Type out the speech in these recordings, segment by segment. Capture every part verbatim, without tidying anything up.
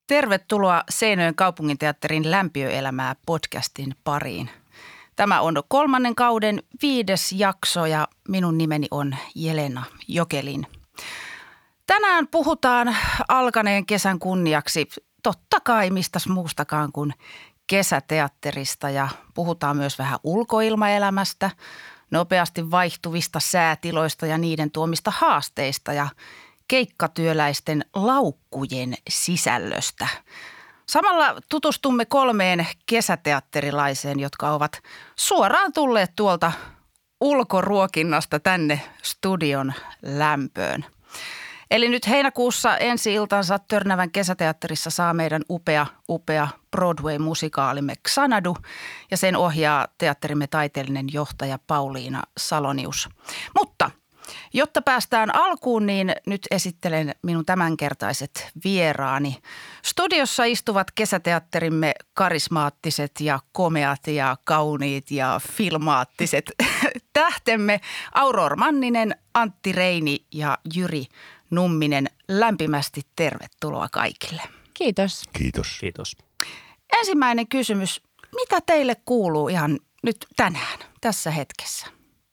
Tervetuloa Seinäjoen kaupunginteatterin Lämpiöelämää podcastin pariin. Tämä on kolmannen kauden viides jakso ja minun nimeni on Jelena Jokelin. Tänään puhutaan alkaneen kesän kunniaksi totta kai mistäs muustakaan kuin kesäteatterista ja puhutaan myös vähän ulkoilmaelämästä, nopeasti vaihtuvista säätiloista ja niiden tuomista haasteista ja keikkatyöläisten laukkujen sisällöstä. Samalla tutustumme kolmeen kesäteatterilaiseen, jotka ovat suoraan tulleet tuolta ulkoruokinnasta tänne studion lämpöön. Eli nyt heinäkuussa ensi-iltansa Törnävän kesäteatterissa saa meidän upea, upea Broadway-musikaalimme Xanadu ja sen ohjaa teatterimme taiteellinen johtaja Pauliina Salonius. Mutta jotta päästään alkuun, niin nyt esittelen minun tämänkertaiset vieraani. Studiossa istuvat kesäteatterimme karismaattiset ja komeat ja kauniit ja filmaattiset tähtemme Aurora Manninen, Antti Reini ja Jyri Numminen. Lämpimästi tervetuloa kaikille. Kiitos. Kiitos. Kiitos. Ensimmäinen kysymys. Mitä teille kuuluu ihan nyt tänään, tässä hetkessä?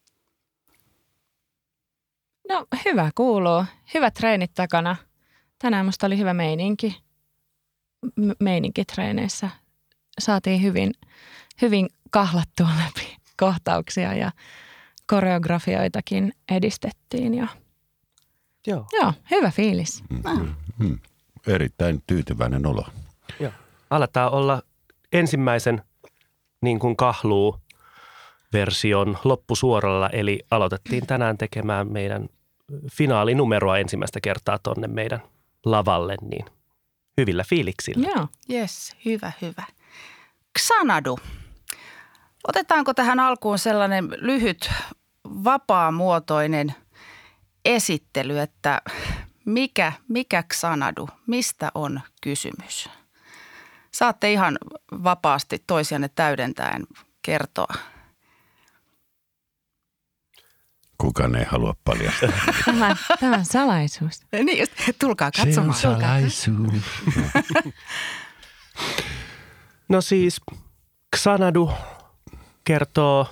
No hyvä kuuluu. Hyvät treenit takana. Tänään musta oli hyvä meininki. M- meininki treeneissä. Saatiin hyvin, hyvin kahlattua läpi kohtauksia ja koreografioitakin edistettiin. Ja Joo. Joo, hyvä fiilis. Mm, mm, erittäin tyytyväinen olo. Joo. Aletaan olla ensimmäisen niin kuin kahluu version loppusuoralla, eli aloitettiin tänään tekemään meidän finaalinumeroa ensimmäistä kertaa tonne meidän lavalle, niin hyvillä fiiliksillä. Joo. Yes, hyvä, hyvä. Xanadu. Otetaanko tähän alkuun sellainen lyhyt, vapaamuotoinen esittely, että mikä, mikä Xanadu, mistä on kysymys? Saatte ihan vapaasti toisianne täydentäen kertoa. Kukaan ei halua paljastaa. Tämä, tämä on salaisuus. Niin just, tulkaa katsomaan. Se on salaisuus. No siis Xanadu kertoo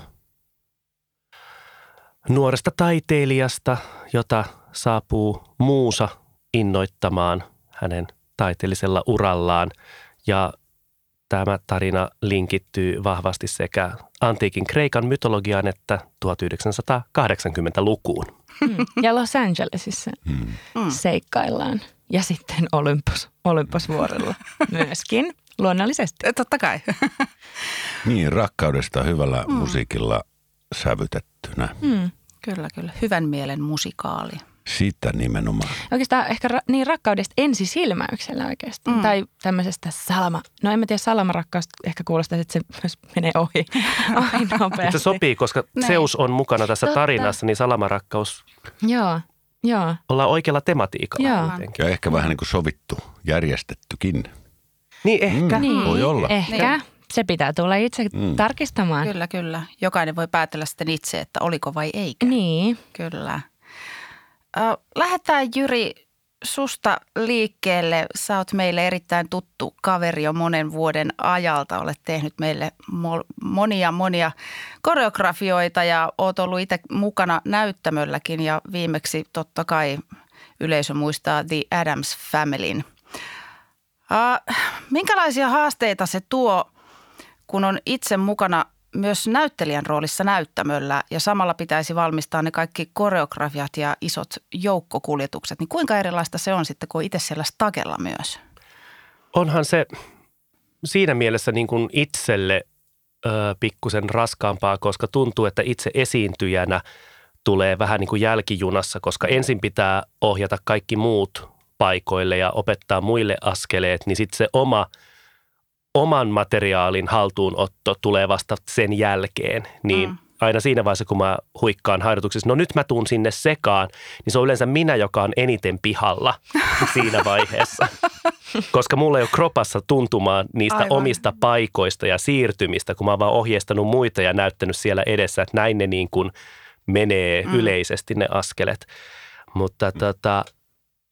nuoresta taiteilijasta, jota saapuu muusa innoittamaan hänen taiteellisella urallaan. Ja tämä tarina linkittyy vahvasti sekä antiikin Kreikan mytologiaan että tuhatyhdeksänsataakahdeksankymmentälukuun. Mm. Ja Los Angelesissa Mm. seikkaillaan. Ja sitten Olympus, Olympusvuorella myöskin, luonnollisesti. Totta kai. Niin, rakkaudesta hyvällä mm. musiikilla sävytettynä. Mm. Kyllä, kyllä. Hyvän mielen musikaali. Sitä nimenomaan. Oikeastaan ehkä ra- niin rakkaudesta ensisilmäyksellä oikeastaan. Mm. Tai tämmöisestä salama, no en mä tiedä, salamarakkaus ehkä kuulostaa, että se myös menee ohi, ohi nopeasti. Se sopii, koska Näin. Zeus on mukana tässä Totta. tarinassa, niin salamarakkaus Joo, joo. ollaan oikealla tematiikalla. Joo. Jotenkin. Ja ehkä vähän niin kuin sovittu, järjestettykin. Niin ehkä. Mm, Niin, voi olla. ehkä. Niin. Se pitää tulla itse Mm. tarkistamaan. Kyllä, kyllä. Jokainen voi päätellä sitten itse, että oliko vai eikä. Niin. Kyllä. Ö, Lähdetään Jyri susta liikkeelle. Sä oot meille erittäin tuttu kaveri jo monen vuoden ajalta. Olet tehnyt meille mo- monia monia koreografioita ja oot ollut itse mukana näyttämölläkin ja viimeksi totta kai yleisö muistaa The Addams Familyn. Ö, minkälaisia haasteita se tuo, kun on itse mukana myös näyttelijän roolissa näyttämöllä ja samalla pitäisi valmistaa ne kaikki koreografiat ja isot joukkokuljetukset, niin kuinka erilaista se on sitten, kun itse siellä stagella myös? Onhan se siinä mielessä niin kuin itselle ö, pikkusen raskaampaa, koska tuntuu, että itse esiintyjänä tulee vähän niin kuin jälkijunassa, koska ensin pitää ohjata kaikki muut paikoille ja opettaa muille askeleet, niin sitten se oma oman materiaalin haltuunotto tulee vasta sen jälkeen, niin mm. aina siinä vaiheessa, kun mä huikkaan harjoituksissa, no nyt mä tuun sinne sekaan, niin se on yleensä minä, joka on eniten pihalla siinä vaiheessa. Koska mulla ei ole kropassa tuntumaan niistä Aivan. omista paikoista ja siirtymistä, kun mä oon vaan ohjeistanut muita ja näyttänyt siellä edessä, että näin ne niin kuin menee mm. yleisesti ne askelet. Mutta tota,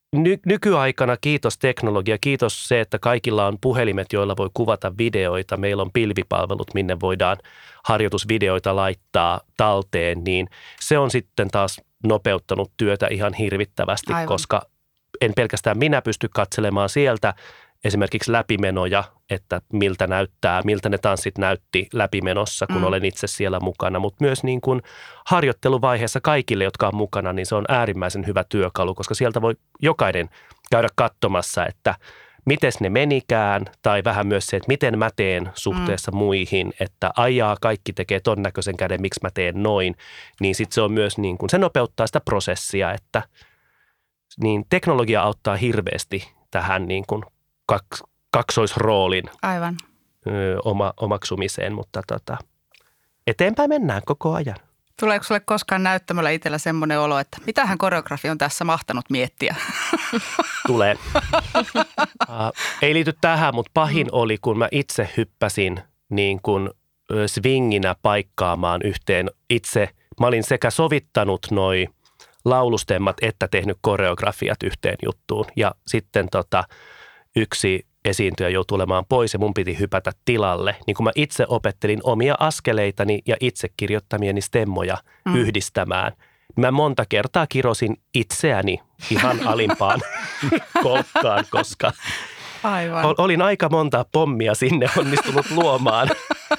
ny- nykyaikana kiitos teknologia, kiitos se, että kaikilla on puhelimet, joilla voi kuvata videoita. Meillä on pilvipalvelut, minne voidaan harjoitusvideoita laittaa talteen, niin se on sitten taas nopeuttanut työtä ihan hirvittävästi, Aivan. koska en pelkästään minä pysty katselemaan sieltä esimerkiksi läpimenoja, että miltä näyttää, miltä ne tanssit näytti läpimenossa, kun mm. olen itse siellä mukana, mutta myös niin kuin harjoitteluvaiheessa kaikille, jotka on mukana, niin se on äärimmäisen hyvä työkalu, koska sieltä voi jokainen käydä katsomassa, että miten ne menikään, tai vähän myös se, että miten mä teen suhteessa mm. muihin, että ajaa kaikki tekee ton näköisen käden, miksi mä teen noin, niin sitten se on myös niin kuin, se nopeuttaa sitä prosessia, että niin teknologia auttaa hirveästi tähän niin kuin kaks, kaksoisroolin Aivan. ö, oma, omaksumiseen, mutta tota, eteenpäin mennään koko ajan. Tuleeko sulle koskaan näyttämällä itsellä semmoinen olo, että mitähän koreografi on tässä mahtanut miettiä? Tulee. uh, ei liity tähän, mutta pahin oli, kun mä itse hyppäsin niin kuin ö, swinginä paikkaamaan yhteen itse. Mä olin sekä sovittanut noi laulustemmat että tehnyt koreografiat yhteen juttuun. Ja sitten tota, yksi esiintyjä joutui tulemaan pois ja mun piti hypätä tilalle. Niin kun mä itse opettelin omia askeleitani ja itse kirjoittamieni stemmoja mm. yhdistämään. Mä monta kertaa kirosin itseäni ihan alimpaan kolkkaan, koska Aivan. olin aika monta pommia sinne onnistunut luomaan.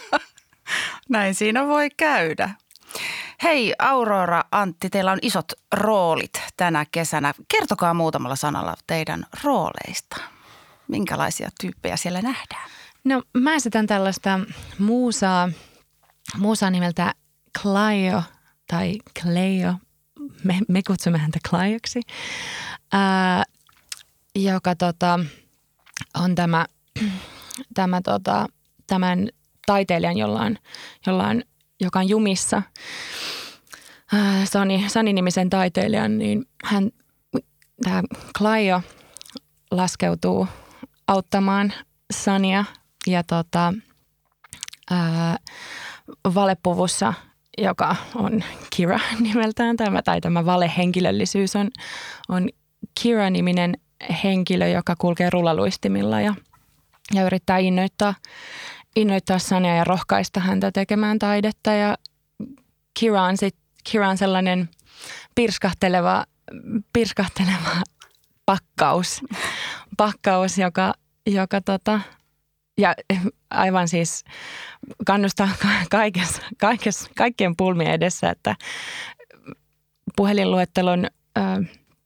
Näin siinä voi käydä. Hei Aurora, Antti, teillä on isot roolit tänä kesänä. Kertokaa muutamalla sanalla teidän rooleista. Minkälaisia tyyppejä siellä nähdään? No mä esitän tällaista muusaa, muusaa nimeltä Clio tai Cleo. Me, me kutsumme häntä Clioksi, ää, joka tota, on tämä, tämä tota, tämän taiteilijan, jolla on, jolla on, joka on jumissa. Ää, Sani, Sani-nimisen taiteilijan, niin hän, tämä Clio laskeutuu auttamaan Sania ja tota, ää, valepuvussa, joka on Kira nimeltään. Tämä, tai tämä valehenkilöllisyys on, on Kira-niminen henkilö, joka kulkee rullaluistimilla ja, ja yrittää innoittaa, innoittaa Sania ja rohkaista häntä tekemään taidetta. Ja Kira on, sit, Kira on sellainen pirskahteleva, pirskahteleva pakkaus, pakkaus joka, joka tota, ja aivan siis kannustaa kaikessa, kaikessa, kaikkien pulmien edessä, että puhelinluettelon, äh,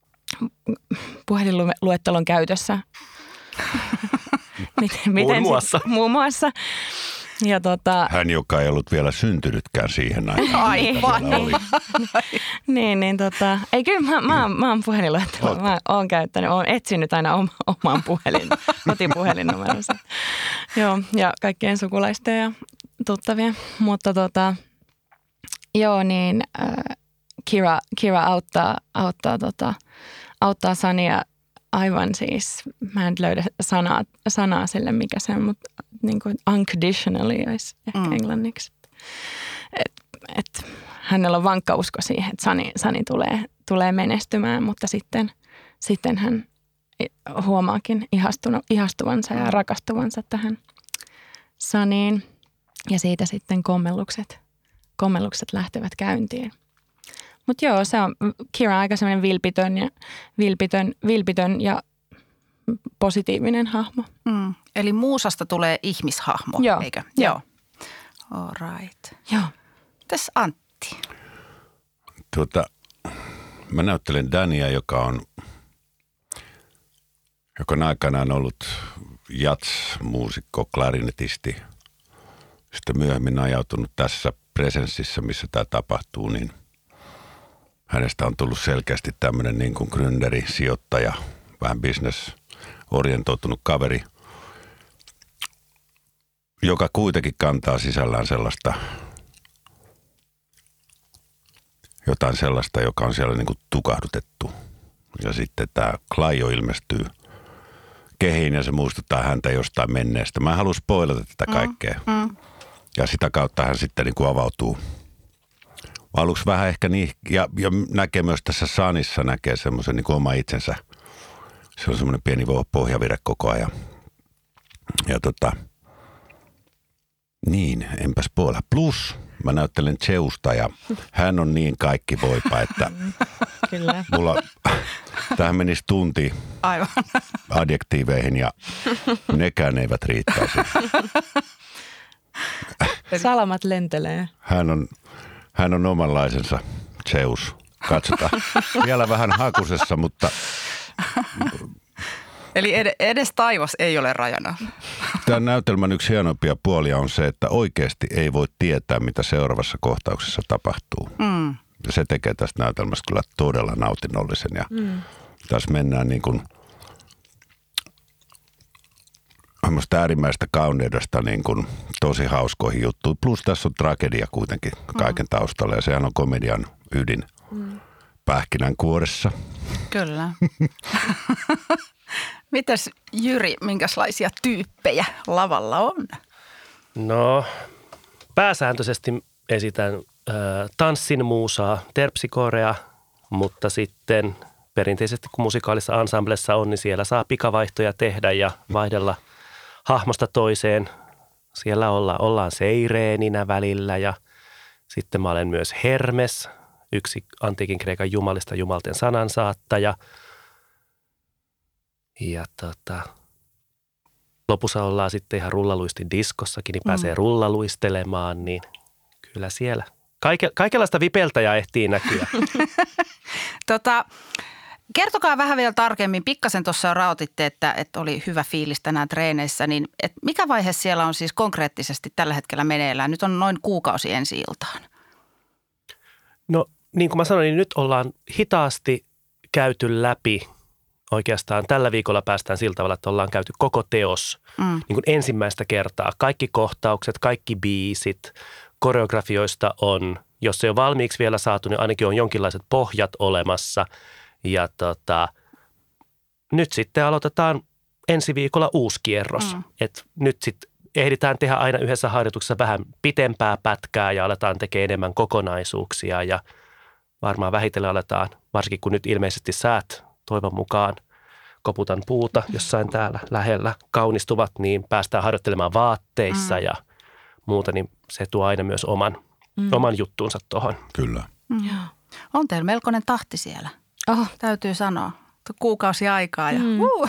puhelinluettelon käytössä. miten, miten muun muassa. Sit, muun muassa. Ja tota, Hän, joka ei ollut vielä syntynytkään siihen aikaan. Aivan. niin, niin tota, ei kyllä mä, mä, mä oon puhelinluettelua. Mä oon käyttänyt, oon etsinyt aina oma, oman puhelin, kotipuhelinnumeronsa. Joo, ja kaikkien sukulaisten ja tuttavien. Mutta tota, joo, niin äh, Kira, Kira auttaa, auttaa, tota, auttaa Sania aivan siis, mä en löydä sanaa, sanaa sille, mikä se on, mutta niin kuin unconditionally olisi ehkä mm. englanniksi. Et, et, hänellä on vankka usko siihen, että Sani, Sani tulee, tulee menestymään, mutta sitten, sitten hän huomaakin ihastuvansa ja rakastuvansa tähän Saniin. Ja siitä sitten kommellukset, kommellukset lähtevät käyntiin. Mutta joo, se on Kira aika semmoinen vilpitön ja, vilpitön, vilpitön ja positiivinen hahmo. Mm. Eli muusasta tulee ihmishahmo, joo, eikö? Joo. All right. Joo. Mitäs Antti? Tuota, mä näyttelen Dania, joka on, joka on aikanaan ollut jats-muusikko, klarinetisti. Sitten myöhemmin ajautunut tässä presenssissä, missä tämä tapahtuu, niin hänestä on tullut selkeästi tämmöinen niin kuin gründeri, sijoittaja, vähän business-orientoitunut kaveri, joka kuitenkin kantaa sisällään sellaista, jotain sellaista, joka on siellä niin kuin tukahdutettu. Ja sitten tämä Clio ilmestyy kehiin ja se muistuttaa häntä jostain menneestä. Mä en halua spoilata tätä kaikkea. Mm, mm. Ja sitä kautta hän sitten niin kuin avautuu. Aluksi vähän ehkä niin, ja, ja näkee myös tässä Sanissa näkee semmoisen niin kuin oma itsensä Se on semmoinen pieni pohjavire koko ajan. Ja tota, niin, enpäs puolella. Plus mä näyttelen Zeusta ja hän on niin kaikki voipa, että Kyllä. mulla tähän menisi tunti Aivan. adjektiiveihin ja nekään eivät riittäisi. Salamat lentelee. Hän on, hän on omanlaisensa Zeus. Katsotaan. Vielä vähän hakusessa, mutta Eli ed- edes taivas ei ole rajana. tämän näytelmän yksi hienompia puolia on se, että oikeasti ei voi tietää, mitä seuraavassa kohtauksessa tapahtuu. Mm. Ja se tekee tästä näytelmästä kyllä todella nautinnollisen. Ja Mm. tässä mennään niin kuin äärimmäistä kauneudesta niin kuin tosi hauskoihin juttuihin. Plus tässä on tragedia kuitenkin kaiken taustalla ja sehän on komedian ydin Mm. pähkinänkuoressa. Kyllä. Mitäs Jyri, minkälaisia tyyppejä lavalla on? No, pääsääntöisesti esitän äh, tanssin muusaa, terpsikorea, mutta sitten perinteisesti kun musikaalisessa ensemblessa on, niin siellä saa pikavaihtoja tehdä ja vaihdella hahmosta toiseen. Siellä olla, ollaan seireeninä välillä ja sitten mä olen myös Hermes, yksi antiikin Kreikan jumalista jumalten sanansaattaja. Ja tota, lopussa ollaan sitten ihan rullaluistin diskossakin, niin pääsee Mm. rullaluistelemaan, niin kyllä siellä Kaike, kaikenlaista vipeltäjää ehtii näkyä. Tota, kertokaa vähän vielä tarkemmin. Pikkasen tuossa jo raotitte, että, että oli hyvä fiilis tänään treeneissä. Niin, että mikä vaihe siellä on siis konkreettisesti tällä hetkellä meneillään? Nyt on noin kuukausi ensi iltaan. No niin kuin mä sanoin, niin nyt ollaan hitaasti käyty läpi. Oikeastaan tällä viikolla päästään sillä tavalla, että ollaan käyty koko teos Mm. niin kuin ensimmäistä kertaa. Kaikki kohtaukset, kaikki biisit, koreografioista on, jos ei ole valmiiksi vielä saatu, niin ainakin on jonkinlaiset pohjat olemassa. Ja tota, nyt sitten aloitetaan ensi viikolla uusi kierros. Mm. Et nyt sitten ehditään tehdä aina yhdessä harjoituksessa vähän pitempää pätkää ja aletaan tekemään enemmän kokonaisuuksia. Ja varmaan vähitellen aletaan, varsinkin kun nyt ilmeisesti säät toivon mukaan koputan puuta jossain täällä lähellä kaunistuvat, niin päästään harjoittelemaan vaatteissa mm. ja muuta, niin se tuo aina myös oman, mm. oman juttuunsa tuohon. Kyllä. Mm. On teillä melkoinen tahti siellä, Oh. täytyy sanoa. Kuukausi aikaa. Ja, Mm. uh.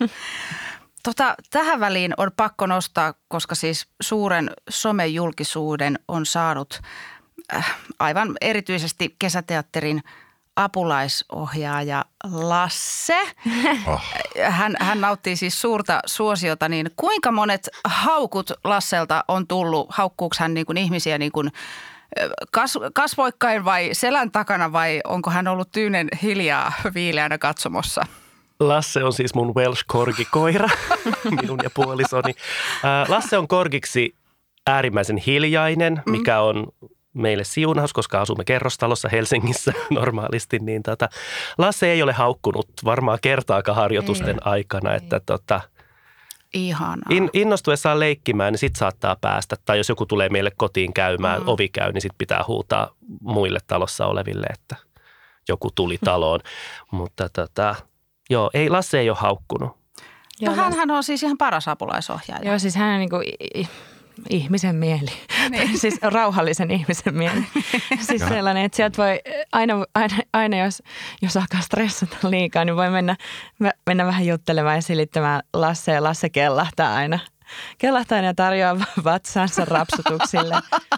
tota, tähän väliin on pakko nostaa, koska siis suuren somejulkisuuden on saanut äh, aivan erityisesti kesäteatterin apulaisohjaaja Lasse. Oh. Hän, hän nauttii siis suurta suosiota, niin kuinka monet haukut Lasselta on tullut? Haukkuuko hän niin kuin ihmisiä niin kuin kas, kasvoikkain vai selän takana vai onko hän ollut tyynen hiljaa viileänä katsomossa? Lasse on siis mun Welsh korgikoira, minun ja puolisoni. Ää, Lasse on korgiksi äärimmäisen hiljainen, mikä on meille siunaus, koska asumme kerrostalossa Helsingissä normaalisti, niin tota, Lasse ei ole haukkunut varmaan kertaakaan harjoitusten ei, aikana, että tota, Ihanaa. in, innostuessaan leikkimään, niin sit saattaa päästä, tai jos joku tulee meille kotiin käymään, mm. ovi käy, niin sit pitää huutaa muille talossa oleville, että joku tuli taloon, mutta tota, joo, ei, Lasse ei ole haukkunut. No hänhän on siis ihan paras apulaisohjaaja. Joo, siis hän on niin kuin ihmisen mieli. Niin. Siis rauhallisen ihmisen mieli. Siis sellainen, että sieltä voi aina, aina, aina jos, jos alkaa stressata liikaa, niin voi mennä, mennä vähän juttelemaan ja silittämään Lasse. Ja Lasse kellahtaa aina. Kellahtaa aina ja tarjoaa vatsansa rapsutuksille.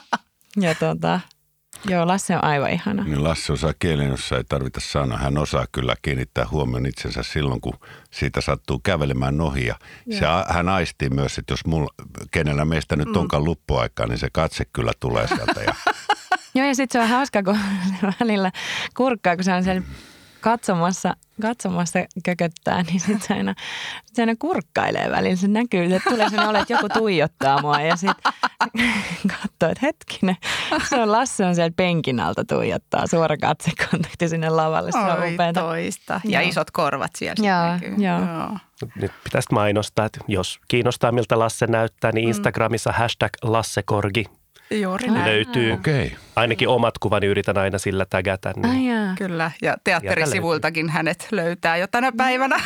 Ja tuota, joo, Lasse on aivan ihana. Niin Lasse osaa kielen, jossa ei tarvita sanoa. Hän osaa kyllä kiinnittää huomioon itsensä silloin, kun siitä sattuu kävelemään ohia. Se, hän aistii myös, että jos mulla, kenellä meistä nyt onkaan luppuaikaa, niin se katse kyllä tulee sieltä. Ja Joo, ja sitten se on hauska, kun välillä kurkkaa, kun se on siellä katsomassa, katsomassa kököttää, niin sitten se aina, se aina kurkkailee välillä. Se näkyy, että tulee sellainen olo, että joku tuijottaa mua ja sitten katsoo, että hetkinen. Se on Lasse on siellä penkin alta tuijottaa, suora katsekontakti sinne lavalle. Se on Oi upeata. toista. Ja Joo. isot korvat siellä Joo, näkyy. joo. Joo. Nyt pitäisi mainostaa, että jos kiinnostaa miltä Lasse näyttää, niin Instagramissa hashtag Lassekorgi. Juuri Aa. näin. Löytyy Okei. Okay. ainakin omat kuvani, yritän aina sillä tägätä. Niin. Ai jaa. Kyllä, ja teatterisivuiltakin hänet löytää jo tänä päivänä.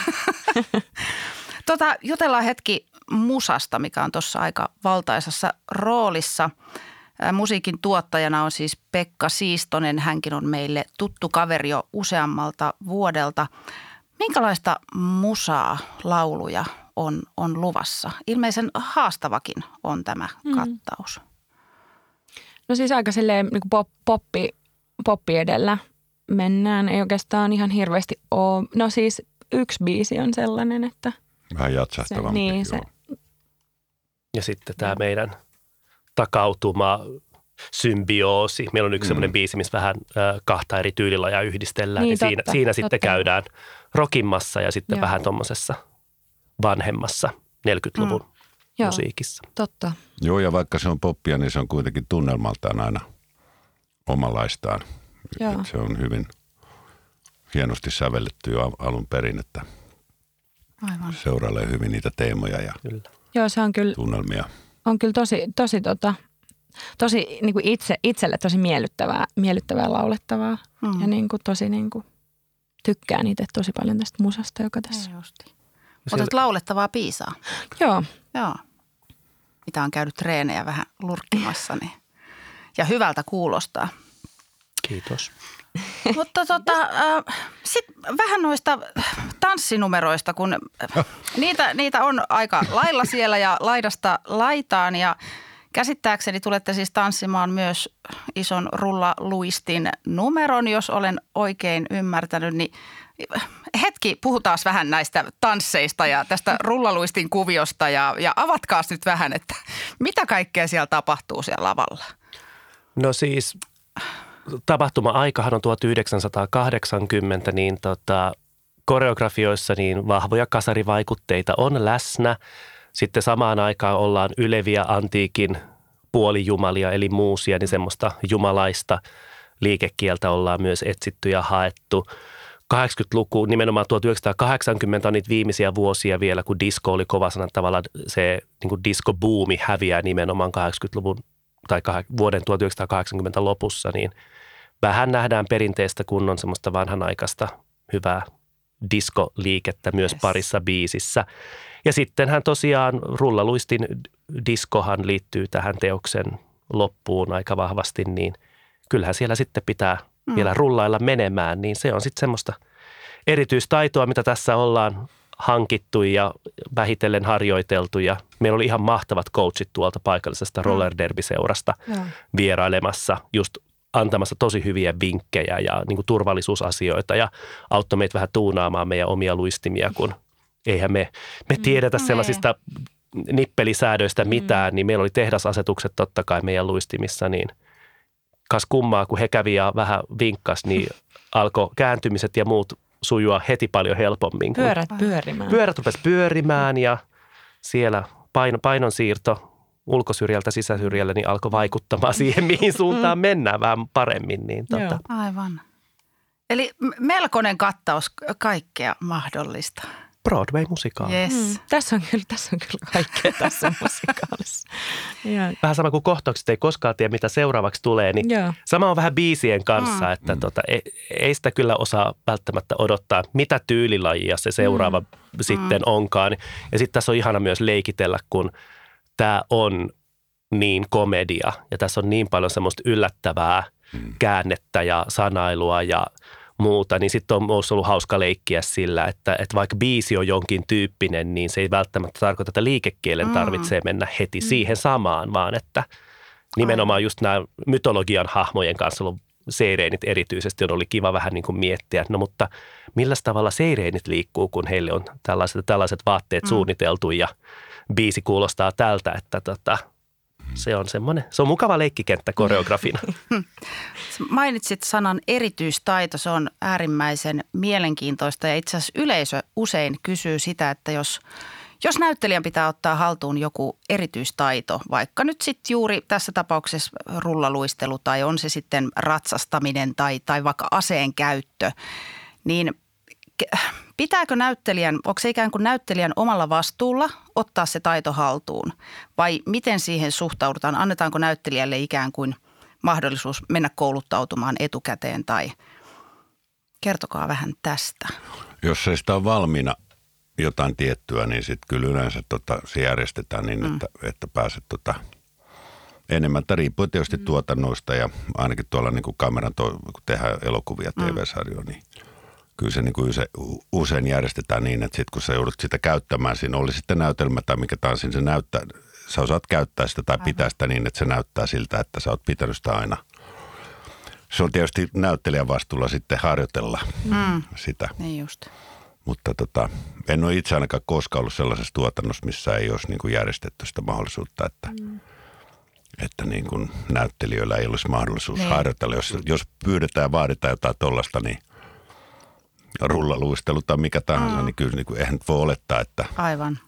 tota, jutellaan hetki musasta, mikä on tuossa aika valtaisessa roolissa. Musiikin tuottajana on siis Pekka Siistonen. Hänkin on meille tuttu kaveri jo useammalta vuodelta. Minkälaista musaa, lauluja on, on luvassa? Ilmeisen haastavakin on tämä kattaus. No siis aika silleen niin kuin pop, poppi, poppi edellä mennään. Ei oikeastaan ihan hirveästi ole. No siis yksi biisi on sellainen, että Vähän se, jatsahtavampi. niin, se, Ja sitten tämä meidän takautuma symbioosi. Meillä on yksi mm. semmoinen biisi, missä vähän äh, kahta eri tyylilajaa yhdistellään. Niin, ja siinä, totta, siinä totta. sitten käydään rockimmassa ja sitten Joo. vähän tuommoisessa vanhemmassa neljäkymmentäluvun Joo. musiikissa. totta. Joo, ja vaikka se on poppia, niin se on kuitenkin tunnelmaltaan aina omanlaistaan. Joo. Et se on hyvin hienosti sävelletty jo alun perin, että Aivan. seurailee hyvin niitä teemoja ja Kyllä. Joo, se on kyllä, tunnelmia. on kyllä tosi, tosi, tota, tosi niin kuin itse, itselle tosi miellyttävää, miellyttävää laulettavaa. Mm. Ja niin kuin, tosi niin kuin, tykkään itse tosi paljon tästä musasta, joka tässä. Ei justi. Otat laulettavaa piisaa. Joo, Joo. Mitä on käynyt treenejä vähän lurkkimassa, niin. Ja hyvältä kuulostaa. Kiitos. Mutta tota, äh, sitten vähän noista tanssinumeroista, kun äh, niitä, niitä on aika lailla siellä ja laidasta laitaan. Ja käsittääkseni tulette siis tanssimaan myös ison rullaluistin numeron, jos olen oikein ymmärtänyt. Niin hetki, puhutaan vähän näistä tansseista ja tästä rullaluistin kuviosta ja, ja avatkaas nyt vähän, että mitä kaikkea siellä tapahtuu siellä lavalla? No siis tapahtuma-aikahan on tuhatyhdeksänsataakahdeksankymmentä, niin tota, koreografioissa niin vahvoja kasarivaikutteita on läsnä. Sitten samaan aikaan ollaan yleviä antiikin puolijumalia eli muusia, niin semmoista jumalaista liikekieltä ollaan myös etsitty ja haettu. kahdeksankymmentäluku, nimenomaan tuhatyhdeksänsataakahdeksankymmentä on niitä viimeisiä vuosia vielä, kun disco oli kovasana tavalla se niin kuin disco-buumi häviää nimenomaan kahdeksankymmentäluvun tai vuoden tuhatyhdeksänsataakahdeksankymmentä lopussa, niin vähän nähdään perinteistä kunnon semmoista vanhanaikaista hyvää disco-liikettä myös Yes. parissa biisissä. Ja sittenhän tosiaan rullaluistin diskohan liittyy tähän teoksen loppuun aika vahvasti, niin kyllähän siellä sitten pitää mm. vielä rullailla menemään, niin se on sitten semmoista erityistaitoa, mitä tässä ollaan hankittu ja vähitellen harjoiteltu ja meillä oli ihan mahtavat coachit tuolta paikallisesta roller derby-seurasta Joo. vierailemassa, just antamassa tosi hyviä vinkkejä ja niin kuin turvallisuusasioita ja auttoi meitä vähän tuunaamaan meidän omia luistimia, kun eihän me, me tiedetä Mm, sellaisista nippelisäädöistä mitään, niin meillä oli tehdasasetukset totta kai meidän luistimissa, niin kas kummaa, kun he kävi ja vähän vinkkas, niin alkoi kääntymiset ja muut sujua heti paljon helpommin. kun Pyörät pyörimään. Pyörät rupesi pyörimään ja siellä paino, painonsiirto ulkosyrjältä sisäsyrjälle niin alkoi vaikuttamaan siihen, mihin suuntaan mennään vähän paremmin. Niin tota. Joo. Aivan. Eli m- melkoinen kattaus kaikkea mahdollista. Broadway-musikaali. Yes. Mm. Tässä on kyllä, tässä on kyllä kaikkea tässä musikaalissa. Joo. Vähän sama kuin kohtaukset ei koskaan tiedä, mitä seuraavaksi tulee, niin Joo. sama on vähän biisien kanssa, Mm. että tota, ei, ei sitä kyllä osaa välttämättä odottaa, mitä tyylilajia se seuraava mm. sitten mm. onkaan. Ja sitten tässä on ihana myös leikitellä, kun tämä on niin komedia ja tässä on niin paljon semmoista yllättävää mm. käännettä ja sanailua ja muuta, niin sitten on myös ollut hauska leikkiä sillä, että, että vaikka biisi on jonkin tyyppinen, niin se ei välttämättä tarkoita, että liikekielen tarvitsee mennä heti siihen samaan, vaan että nimenomaan just nämä mytologian hahmojen kanssa ollut seireenit erityisesti on ollut kiva vähän niin kuin miettiä, no mutta millä tavalla seireenit liikkuu, kun heille on tällaiset, tällaiset vaatteet mm. suunniteltu ja biisi kuulostaa tältä, että tota, se on semmoinen, se on mukava leikkikenttä koreografina. Mainitsit sanan erityistaito, se on äärimmäisen mielenkiintoista ja itse asiassa yleisö usein kysyy sitä, että jos, jos näyttelijän pitää ottaa haltuun joku erityistaito, vaikka nyt sitten juuri tässä tapauksessa rullaluistelu tai on se sitten ratsastaminen tai, tai vaikka aseen käyttö, niin pitääkö näyttelijän, onko se ikään kuin näyttelijän omalla vastuulla ottaa se taito haltuun vai miten siihen suhtaudutaan? Annetaanko näyttelijälle ikään kuin mahdollisuus mennä kouluttautumaan etukäteen tai kertokaa vähän tästä. Jos ei sitä ole valmiina jotain tiettyä, niin sitten kyllä yleensä tota, se järjestetään niin, mm. että, että pääset tota, enemmän. Tämä riippuu tietysti mm. tuotannoista ja ainakin tuolla niin kuin kameran, to, kun tehdään elokuvia, T V-sarjoja, niin kyllä se niin kuin usein, usein järjestetään niin, että sitten kun sä joudut sitä käyttämään, siinä oli sitten näytelmä tai mikä tahansa, niin se näyttää, sä osaat käyttää sitä tai pitää sitä niin, että se näyttää siltä, että sä oot pitänyt sitä aina. Se on tietysti näyttelijän vastuulla sitten harjoitella mm. sitä. Niin just. Mutta tota, en ole itse ainakaan koskaan ollut sellaisessa tuotannossa, missä ei olisi niin kuin järjestetty sitä mahdollisuutta, että, mm. että niin kuin näyttelijöillä ei olisi mahdollisuus niin. harjoitella. Jos, jos pyydetään ja vaaditaan jotain tollaista, niin rullaluistelu tai mikä tahansa, mm. niin kyllä niin kuin, eihän nyt voi olettaa, että, Aivan.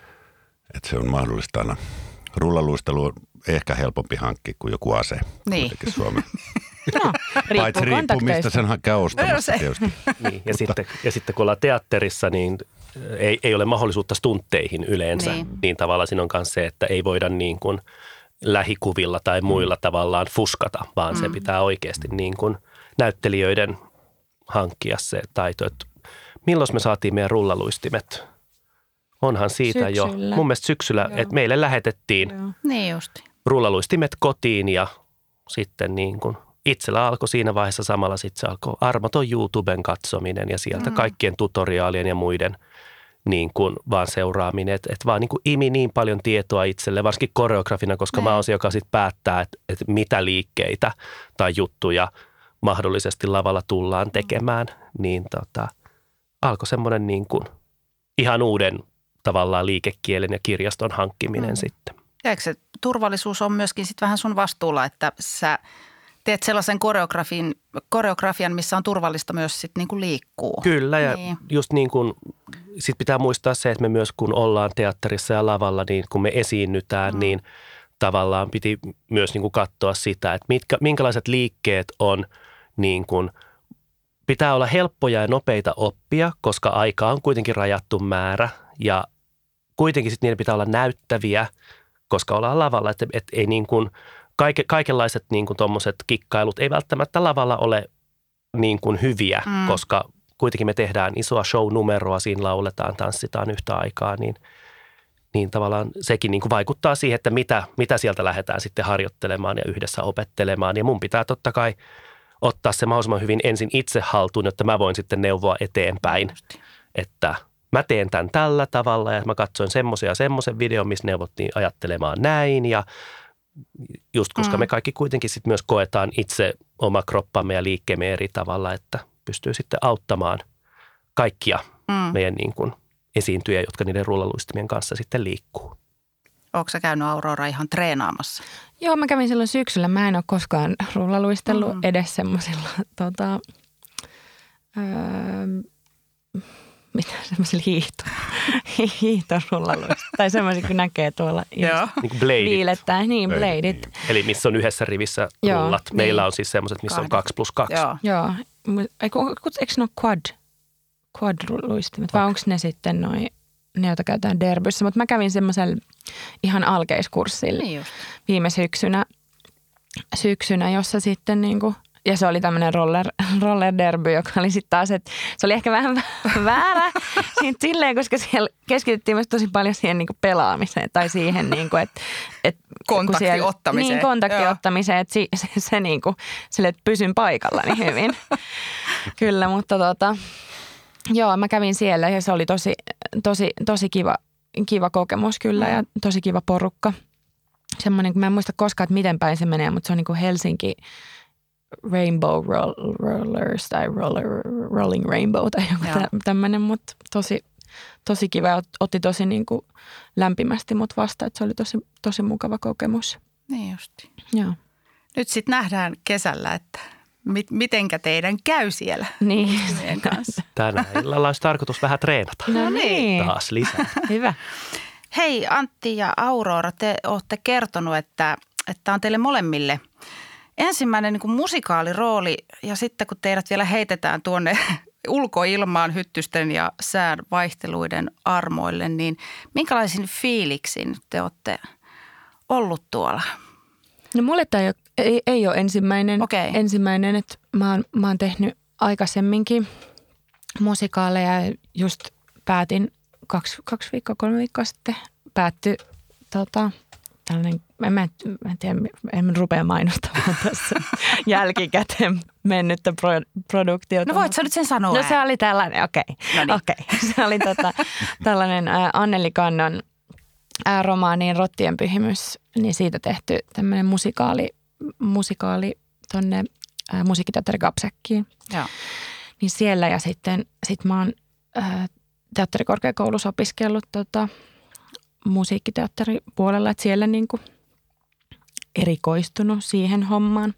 että se on mahdollista aina. Rullaluistelu on ehkä helpompi hankkia kuin joku ase. Niin. Suomen. No, Paitsi riippuu, mistä sen käy ostamassa no, tietysti. Niin, ja, sitten, ja sitten kun ollaan teatterissa, niin ei, ei ole mahdollisuutta stuntteihin yleensä. Niin. niin tavallaan siinä on myös se, että ei voida niin kuin lähikuvilla tai muilla mm. tavallaan fuskata, vaan mm. se pitää oikeasti niin kuin näyttelijöiden hankkia se taito. Että milloin me saatiin meidän rullaluistimet? Onhan siitä syksyllä. jo, mun mielestä syksyllä, Joo. että meille lähetettiin Joo. Niin just. rullaluistimet kotiin ja sitten niin kuin itsellä alkoi siinä vaiheessa samalla sitten se alkoi armoton YouTuben katsominen ja sieltä mm. kaikkien tutoriaalien ja muiden niin kuin vaan seuraaminen. Että et vaan niin kuin imi niin paljon tietoa itselle, varsinkin koreografina, koska mm. mä oon se, joka sitten päättää, että et mitä liikkeitä tai juttuja mahdollisesti lavalla tullaan tekemään. Niin tota, alkoi semmoinen niin kuin ihan uuden tavallaan liikekielen ja kirjaston hankkiminen mm. sitten. Eikö se turvallisuus on myöskin sitten vähän sun vastuulla, että sä teet sellaisen koreografian, koreografian missä on turvallista myös sitten niin kuin liikkuu. Kyllä ja niin. just niin kuin, sit pitää muistaa se, että me myös kun ollaan teatterissa ja lavalla, niin kun me esiinnytään, mm. niin tavallaan piti myös niin kuin katsoa sitä, että mitkä, minkälaiset liikkeet on niin kuin, pitää olla helppoja ja nopeita oppia, koska aika on kuitenkin rajattu määrä ja kuitenkin sitten niiden pitää olla näyttäviä, koska ollaan lavalla, että, että ei niin kuin Kaike, kaikenlaiset niin kuin tommoset kikkailut ei välttämättä lavalla ole niin kuin hyviä, mm. koska kuitenkin me tehdään isoa show-numeroa, siinä lauletaan, tanssitaan yhtä aikaa, niin, niin tavallaan sekin niin kuin vaikuttaa siihen, että mitä, mitä sieltä lähdetään sitten harjoittelemaan ja yhdessä opettelemaan. Ja mun pitää totta kai ottaa se mahdollisimman hyvin ensin itse haltuun, jotta mä voin sitten neuvoa eteenpäin, että mä teen tämän tällä tavalla ja mä katsoin semmoisen ja semmoisen videon, missä neuvottiin ajattelemaan näin ja just koska mm. me kaikki kuitenkin sitten myös koetaan itse oma kroppamme ja liikkeemme eri tavalla, että pystyy sitten auttamaan kaikkia mm. meidän niin kuin esiintyjä, jotka niiden rullaluistimien kanssa sitten liikkuu. Oletko sä käynyt Aurora ihan treenaamassa? Joo, mä kävin silloin syksyllä. Mä en ole koskaan rullaluistellut mm. edes semmoisilla tota, öö, mitä semmoisilla hiihto, hiihtorullaluista. Tai semmoisia, kun näkee tuolla. Joo. Niin kuin bladeit. Viilettää, niin bladeit. Eli missä on yhdessä rivissä Joo, rullat. Meillä niin. on siis semmoiset, missä Kahdet. on kaksi plus kaksi. Joo. Joo. Eikö, eikö ne ole quad? Quad-luistimet? Okay. Vai onko ne sitten noin, ne joita käytetään derbyssä? Mutta mä kävin semmoisella ihan alkeiskurssilla Niin just. viime syksynä, syksynä, jossa sitten niinku, ja se oli tämmöinen roller, roller derby, joka oli sitten taas, että se oli ehkä vähän väärä siitä silleen, koska siellä keskityttiin myös tosi paljon siihen niinku pelaamiseen tai siihen, niinku, että et, kontaktiottamiseen. Niin, kontaktiottamiseen, että se, se, se niinku, sille, että pysyn paikallani hyvin. Kyllä, mutta tota, joo, mä kävin siellä ja se oli tosi, tosi, tosi kiva, kiva kokemus kyllä ja tosi kiva porukka. Semmoinen, kun mä en muista koskaan, että miten päin se menee, mutta se on niin kuin Helsinki Rainbow roll, Rollers tai roller, Rolling Rainbow tai joku tä, tämmöinen, mutta tosi, tosi kiva ja otti tosi niin kuin lämpimästi mut vastaan, että se oli tosi, tosi mukava kokemus. Niin justi. Joo. Nyt sitten nähdään kesällä, että mit, mitenkä teidän käy siellä niin. kanssa. Tänä illalla olisi tarkoitus vähän treenata. No niin. Taas lisää. Hyvä. Hei Antti ja Aurora, te olette kertonut, että, että on teille molemmille ensimmäinen niin kuin musikaalirooli ja sitten kun teidät vielä heitetään tuonne ulkoilmaan hyttysten ja sään vaihteluiden armoille, niin minkälaisin fiiliksin te olette ollut tuolla? No mulle tämä ei, ei, ei ole ensimmäinen, Okei. ensimmäinen että mä oon, mä oon tehnyt aikaisemminkin musikaaleja ja just päätin kaksi, kaksi viikkoa, kolme viikkoa sitten päättyi tota, tällainen, en, mä, en tiedä, en rupea mainostamaan tässä jälkikäteen mennyttä pro, produktiota. No voit sä nyt sen sanoa? No se oli tällainen, okei. Okay. No niin. Okay. Se oli tota, tällainen ä, Anneli Kannon ä, romaaniin Rottien pyhimys, niin siitä tehty tämmöinen musikaali, musikaali tonne ä, musiikkiteatteri Gapsäkkiin. Joo. Niin siellä ja sitten sit mä oon ä, teatterikorkeakoulussa opiskellut tota, musiikkiteatteripuolella, että siellä niinku erikoistunut siihen hommaan.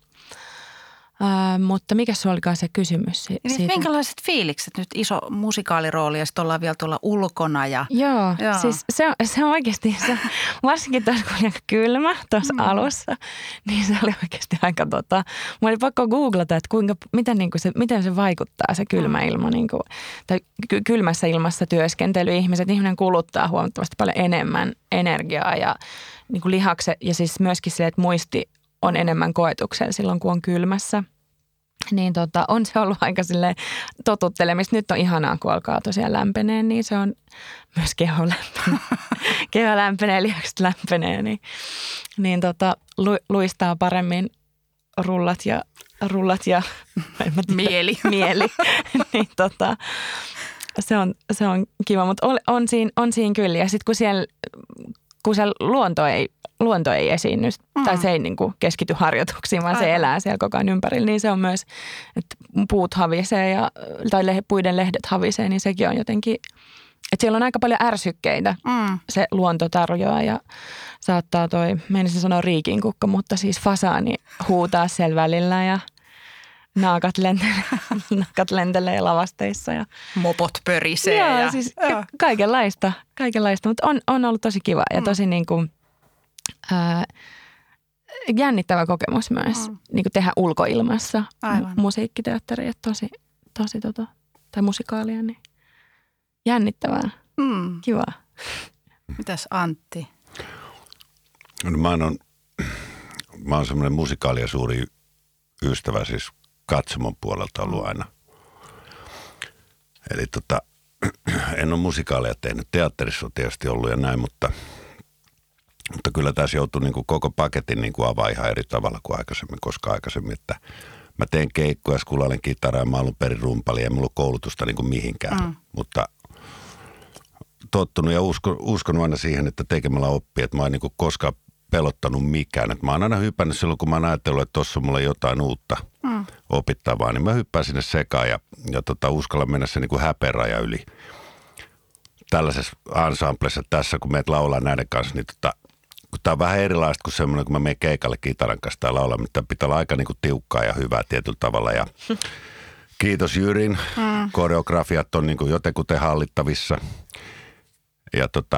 Ää, mutta mikä se olikaan se kysymys si- Niin siitä? minkälaiset fiilikset? Nyt iso musikaalirooli ja sitten ollaan vielä tuolla ulkona. Ja... Joo, Joo. siis se on, se on oikeasti, se, varsinkin tuossa kun oli aika kylmä tuossa mm. alussa, niin se oli oikeasti aika tota, mulla oli pakko googlata, että kuinka, miten, niin kuin se, miten se vaikuttaa se kylmä ilma, niin kuin, tai ky- kylmässä ilmassa työskentely ihmiset, ihminen kuluttaa huomattavasti paljon enemmän energiaa ja niin kuin lihakse, ja siis myöskin se, että muisti on enemmän koetuksella silloin, kun on kylmässä. Niin tota, on se ollut aika silleen totuttelemista. Nyt on ihanaa, kun alkaa tosiaan lämpenee, niin se on myös keho lämpenee. Keho lämpenee, lihakset lämpenee, niin, niin tota, lu, luistaa paremmin rullat ja, rullat ja en mä tiedä, Mieli. mieli. niin tota, se on, se on kiva, mutta on, on, siinä, on siinä kyllä. Ja sitten kun siellä, kun siellä luonto ei luonto ei esiinny, mm. tai se ei niin kuin keskity harjoituksiin, vaan Aivan. se elää siellä koko ajan ympärillä, niin se on myös, että puut havisee ja, tai le, puiden lehdet havisee, niin sekin on jotenkin, että siellä on aika paljon ärsykkeitä mm. se luonto tarjoaa ja saattaa toi, meinasin sanoa riikinkukka, mutta siis fasaani huutaa siellä välillä ja naakat lentelee, naakat lentelee lavasteissa. Ja mopot pörisee. Joo, ja, siis joo. kaikenlaista, kaikenlaista, mutta on, on ollut tosi kiva ja tosi niin kuin Ää, jännittävä kokemus myös mm. niin kuin tehdä ulkoilmassa Aivan. musiikkiteatteria, tosi, tosi tota, tai musikaalia, niin jännittävää, Mm. kivaa. Mitäs Antti? No, mä oon, mä oon semmoinen musikaalia suuri ystävä, siis katsomon puolelta ollut aina. Eli tota, en ole musikaaleja tehnyt, teatterissa on tietysti ollut ja näin, mutta Mutta kyllä tässä joutuu niin kuin koko paketin niin kuin avaa ihan eri tavalla kuin aikaisemmin, koska aikaisemmin, että mä teen keikkoja, skulailen kitaraa ja mä alun perin rumpali ja mulla on koulutusta niin kuin mihinkään. Mm. Mutta tottunut ja uskon, uskon aina siihen, että tekemällä oppii, että mä oon niin kuin koskaan pelottanut mikään. Että mä oon aina hypännyt silloin, kun mä oon ajatellut, että tossa on mulle jotain uutta mm. opittavaa, niin mä hyppään sinne sekaan ja, ja tota, uskallan mennä se niin kuin häpeäraja yli. Tällaisessa ensemblessa tässä, kun meet laulaa näiden kanssa, niin tota, kun tämä on vähän erilaista kuin semmoinen, kun mä menen keikalle kitaran kanssa tai laulaa, mutta pitää olla aika niin kuin tiukkaa ja hyvää tietyllä tavalla. Ja kiitos Jyrin, mm. koreografiat on niin kuin jotenkuten hallittavissa. Ja tota,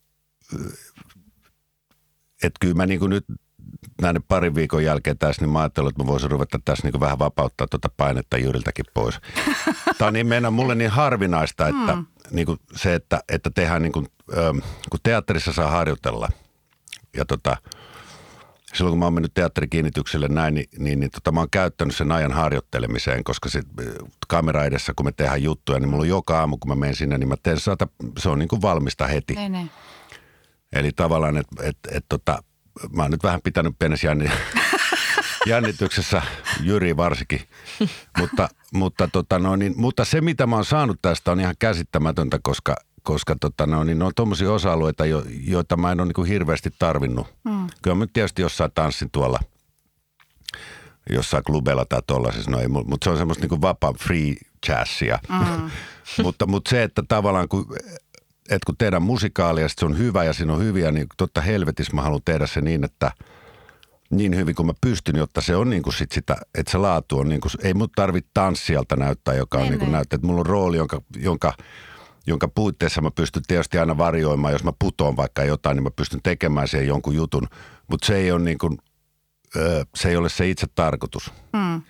että kyllä mä niin kuin nyt näiden parin viikon jälkeen tässä, niin mä ajattelin, että mä voisin ruveta tässä niin kuin vähän vapauttaa tuota painetta Jyriltäkin pois. Tämä on niin meidän mulle niin harvinaista, että mm. niin kuin se, että, että tehdään niin kuin, kun teatterissa saa harjoitella. Ja tota, silloin kun mä oon mennyt teatterikiinnitykselle näin, niin, niin, niin tota, mä oon käyttänyt sen ajan harjoittelemiseen, koska se kamera edessä, kun me tehdään juttuja, niin mulla on joka aamu, kun mä menen sinne, niin mä teen saata, se on niin kuin valmista heti. Ne, ne. Eli tavallaan, että et, et, tota, mä oon nyt vähän pitänyt pienessä jänni, jännityksessä, Jyri varsinkin, mutta, mutta, tota, no, niin, mutta se mitä mä oon saanut tästä on ihan käsittämätöntä, koska Koska tota, no, niin ne on tuommoisia osa-alueita, jo, joita mä en ole niin kuin hirveästi tarvinnut. Mm. Kyllä mä tietysti jossain tanssin tuolla, jossain klubeilla tai tuollaisessa, no ei, mutta se on semmoista niin kuin vapaa free jazzia. Mm. mutta, mutta se, että tavallaan kun, että kun tehdään musikaalia, se on hyvä ja siinä on hyviä, niin totta helvetissä mä haluan tehdä se niin, että niin hyvin kuin mä pystyn, jotta se on niin kuin sit sitä, että se laatu on niin kuin, ei mun tarvitse tanssijalta näyttää, joka on niin kuin näyttää, että mulla on rooli, jonka, jonka jonka puitteissa mä pystyn tietysti aina varjoimaan, jos mä putoon vaikka jotain, niin mä pystyn tekemään siihen jonkun jutun, mutta se ei ole niin kuin, se ei ole se itse tarkoitus. Mm.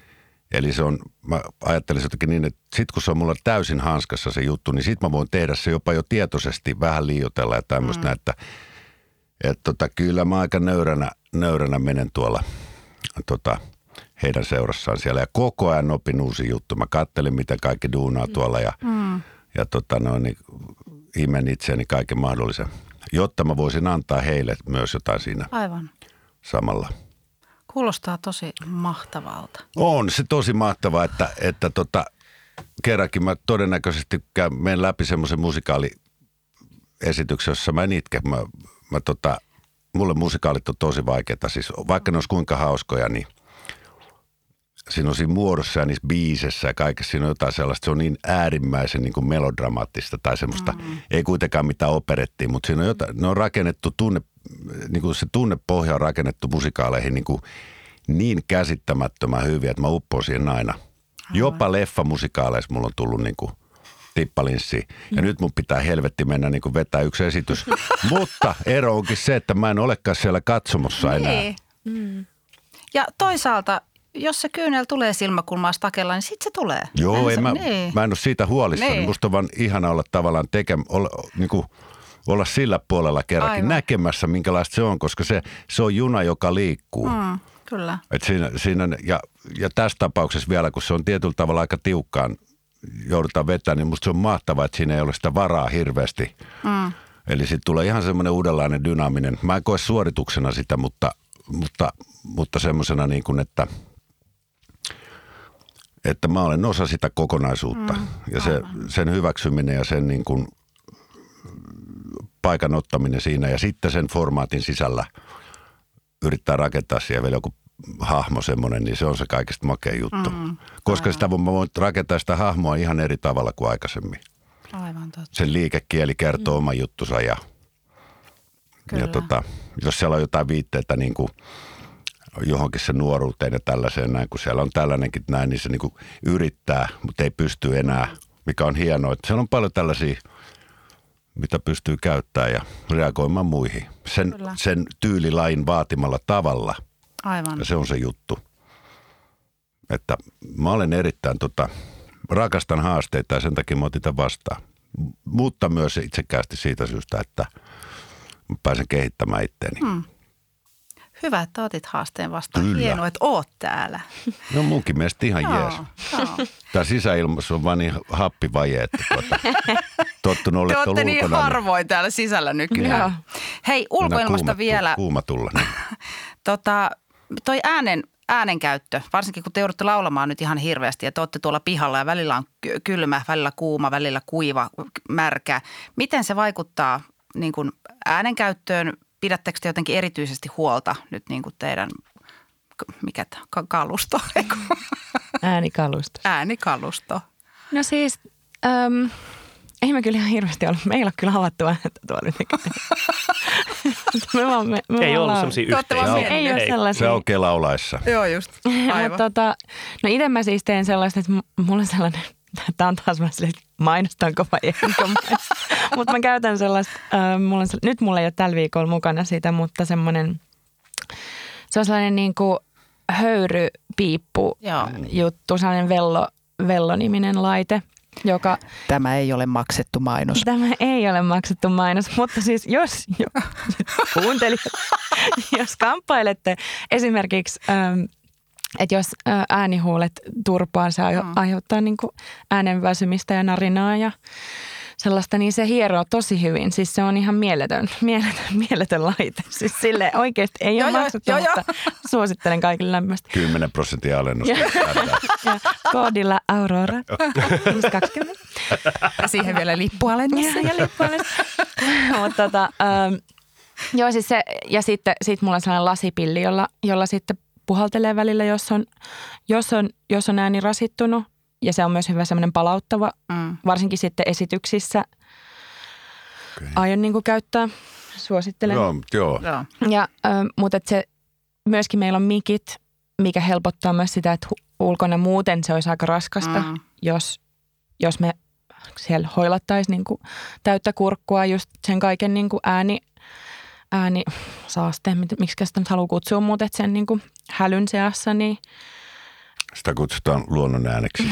Eli se on, mä ajattelisin jotenkin niin, että sit kun se on mulla täysin hanskassa se juttu, niin sit mä voin tehdä se jopa jo tietoisesti vähän liioitella ja tämmöistä, mm. että et tota, kyllä mä aika nöyränä, nöyränä menen tuolla tota, heidän seurassaan siellä ja koko ajan opin uusi juttu. Mä kattelin, miten kaikki duunaa tuolla ja, mm. ja tota, no, niin, imen itseäni kaiken mahdollisen, jotta mä voisin antaa heille myös jotain siinä Aivan. samalla. Kuulostaa tosi mahtavalta. On se tosi mahtavaa, että, että tota, kerrankin mä todennäköisesti menen läpi semmoisen musikaaliesityksen, jossa mä en itke. Mä, mä tota, mulle musikaalit on tosi vaikeita. Siis vaikka ne olisi kuinka hauskoja, niin siinä on siinä muodossa ja niissä biisessä ja kaikessa siinä on jotain sellaista. Se on niin äärimmäisen niin kuin melodramaattista tai semmoista, mm. ei kuitenkaan mitään operettia, mutta siinä on jotain, ne on rakennettu tunne, niin kuin se tunnepohja on rakennettu musikaaleihin niin, kuin niin käsittämättömän hyvin, että mä uppoon siihen aina. Jopa leffamusikaaleissa mulla on tullut niin kuin tippalinssi. Ja mm. nyt mun pitää helvetti mennä niin kuin vetää yksi esitys. Mutta ero onkin se, että mä en olekaan siellä katsomossa enää. Niin. Mm. Ja toisaalta, jos se kyynel tulee silmäkulmaa stakella, niin sit se tulee. Joo, en en mä, niin. mä en ole siitä huolissani. Niin. Musta on vaan ihana olla tavallaan tekemään, olla, niin kuin olla sillä puolella kerrankin Aivan. näkemässä, minkälaista se on, koska se, se on juna, joka liikkuu. Mm, kyllä. Et siinä, siinä, ja, ja tässä tapauksessa vielä, kun se on tietyllä tavalla aika tiukkaan, joudutaan vetämään, niin musta se on mahtavaa, että siinä ei ole sitä varaa hirveästi. Mm. Eli sitten tulee ihan semmoinen uudenlainen dynaaminen. Mä en koe suorituksena sitä, mutta, mutta, mutta semmoisena niin kuin, että, että mä olen osa sitä kokonaisuutta. Mm, ja se, sen hyväksyminen ja sen niin kuin paikan ottaminen siinä ja sitten sen formaatin sisällä yrittää rakentaa siihen vielä joku hahmo semmoinen, niin se on se kaikista makea juttu. Mm, Koska aivan. sitä mä voin rakentaa sitä hahmoa ihan eri tavalla kuin aikaisemmin. Aivan totta. Sen liikekieli kertoo mm. oman juttunsa ja, ja tota, jos siellä on jotain viitteitä niin kuin johonkin sen nuoruuteen ja tällaiseen näin, kun siellä on tällainenkin näin, niin se niin kuin yrittää, mutta ei pysty enää, mikä on hienoa. Että siellä on paljon tällaisia, mitä pystyy käyttämään ja reagoimaan muihin. Sen, sen tyylilain vaatimalla tavalla. Aivan. Ja se on se juttu. Että mä olen erittäin, tota, rakastan haasteita ja sen takia mä otin tämän vastaan. Mutta myös itsekkäästi siitä syystä, että mä pääsen kehittämään itteeni. Hmm. Hyvä, että otit haasteen vastaan. Kyllä. Hienoa, että oot täällä. No munkin mielestä ihan jees. Tämä sisäilmassa on vaan niin happivaje, että tuota, tottunut olet Te olette niin ulkona, harvoin täällä sisällä nykyään. Joo. Hei, ulkoilmasta kuuma, vielä. Kuuma tulla. Niin. tota, toi äänen, äänenkäyttö, varsinkin kun te joudutte laulamaan nyt ihan hirveästi ja te olette tuolla pihalla ja välillä on kylmä, välillä kuuma, välillä kuiva, märkä. Miten se vaikuttaa niin kuin äänenkäyttöön? Pidättekö te jotenkin erityisesti huolta nyt niin kuin teidän, mikä tämä, kalusto? Äänikalusto. Äänikalusto. No siis, äm, ei me kyllä ihan hirveästi ollut. Meillä on kyllä avattu ääntä tuolla nyt. me vaan, me, me ei ollut la- sellaisia yhteisiä. Ei, ei ole sellaisia. Se aukeaa laulaessa. Joo just, aivan. tota, no itse mä siis teen sellaista, että mulla on sellainen, tämä on taas vähän silleen, mainostanko vai enkö mainosta. Mutta mä käytän sellaista, äh, mulla on, nyt mulla ei ole tällä viikolla mukana sitä, mutta semmoinen, se on sellainen niin kuin höyrypiippu juttu, sellainen vello, vello-niminen laite, joka... Tämä ei ole maksettu mainos. Tämä ei ole maksettu mainos, mutta siis jos, jo, kuuntelijat, jos kamppailette esimerkiksi... Ähm, että jos äänihuulet turpaa, se aiheuttaa niin kuin äänen väsymistä ja narinaa ja sellaista, niin se hieroo tosi hyvin. Siis se on ihan mieletön, mieletön, mieletön laite. Siis sille oikeasti ei ole maksettu, mutta suosittelen kaikille lämpimästi. kymmenen prosenttia alennusta. Ja koodilla Aurora viisi kaksikymmentä. Ja siihen vielä lippualennus. Ja lippualennus. Mutta tota, ähm, joo siis se, ja sitten sit mulla on sellainen lasipilli, jolla, jolla sitten puhaltelee välillä, jos on, jos on, jos on ääni rasittunut. Ja se on myös hyvä semmoinen palauttava, mm. varsinkin sitten esityksissä. Okay. Aion niin kuin käyttää, suosittelen. Joo, joo. Ja, äh, mutta se, myöskin meillä on mikit, mikä helpottaa myös sitä, että ulkona muuten se olisi aika raskasta, mm. jos, jos me siellä hoilattaisiin niin kuin täyttä kurkkua just sen kaiken niin kuin ääni, ääni saasteen, miksi sitä nyt haluaa kutsua, mutta sen niin kuin hälyn seassa, niin Sitä kutsutaan luonnon ääneksi.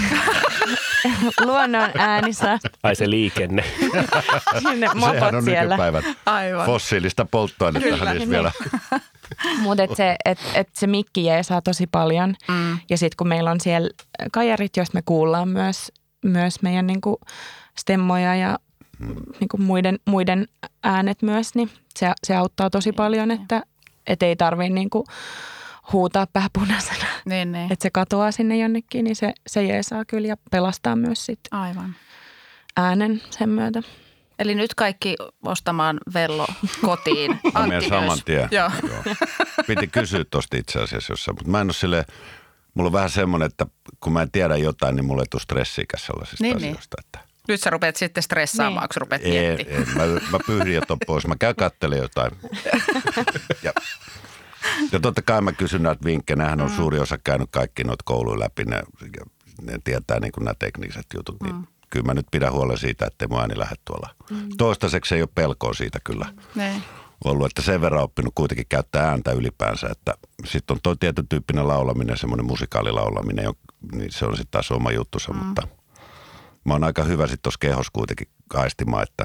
Luonnon äänissä. Ai se liikenne. Sinne mopot Sehän on siellä. nykypäivän Aivan. fossiilista polttoainetta. Niin vielä. Mutta et se, et, et se mikki jeesaa tosi paljon. Mm. Ja sitten kun meillä on siellä kajarit, joista me kuullaan myös, myös meidän niinku stemmoja ja mm. niinku muiden, muiden äänet myös, niin se, se auttaa tosi paljon, että et ei tarvitse niinku huutaa pääpunaisena. Niin, niin. Että se katoaa sinne jonnekin, niin se, se jeesaa kyllä ja pelastaa myös sitten Aivan. äänen sen myötä. Eli nyt kaikki ostamaan vello kotiin. Mä menen Antti saman myös. tien. Joo. Joo. Piti kysyä tuosta itse asiassa jossain, mutta mä en ole silleen, mulla on vähän semmoinen, että kun mä en tiedä jotain, niin mulla ei tule stressiikäs sellaisista Niin, asioista. Että Nyt sä rupeat sitten stressaamaan, Niin. kun sä rupeat ei, miettimään. ei, mä, mä pyhdin jo ton pois. Mä käyn katselemaan jotain. Ja, ja totta kai mä kysyn näitä vinkkejä. Nämähän on suuri osa käynyt kaikki noita kouluja läpi. Ne, ne tietää niin kuin nämä tekniset jutut. Niin kyllä mä nyt pidän huolen siitä, ettei mun ääni lähde tuolla. Mm. Toistaiseksi ei ole pelkoa siitä kyllä Niin. ollut, että sen verran oppinut kuitenkin käyttää ääntä ylipäänsä. Että sitten on toi tietyn tyyppinen laulaminen, semmoinen musikaalilaulaminen, niin se on sitten taas oma juttusa, mm. mutta mä oon aika hyvä sitten tuossa kehossa kuitenkin aistimaan, että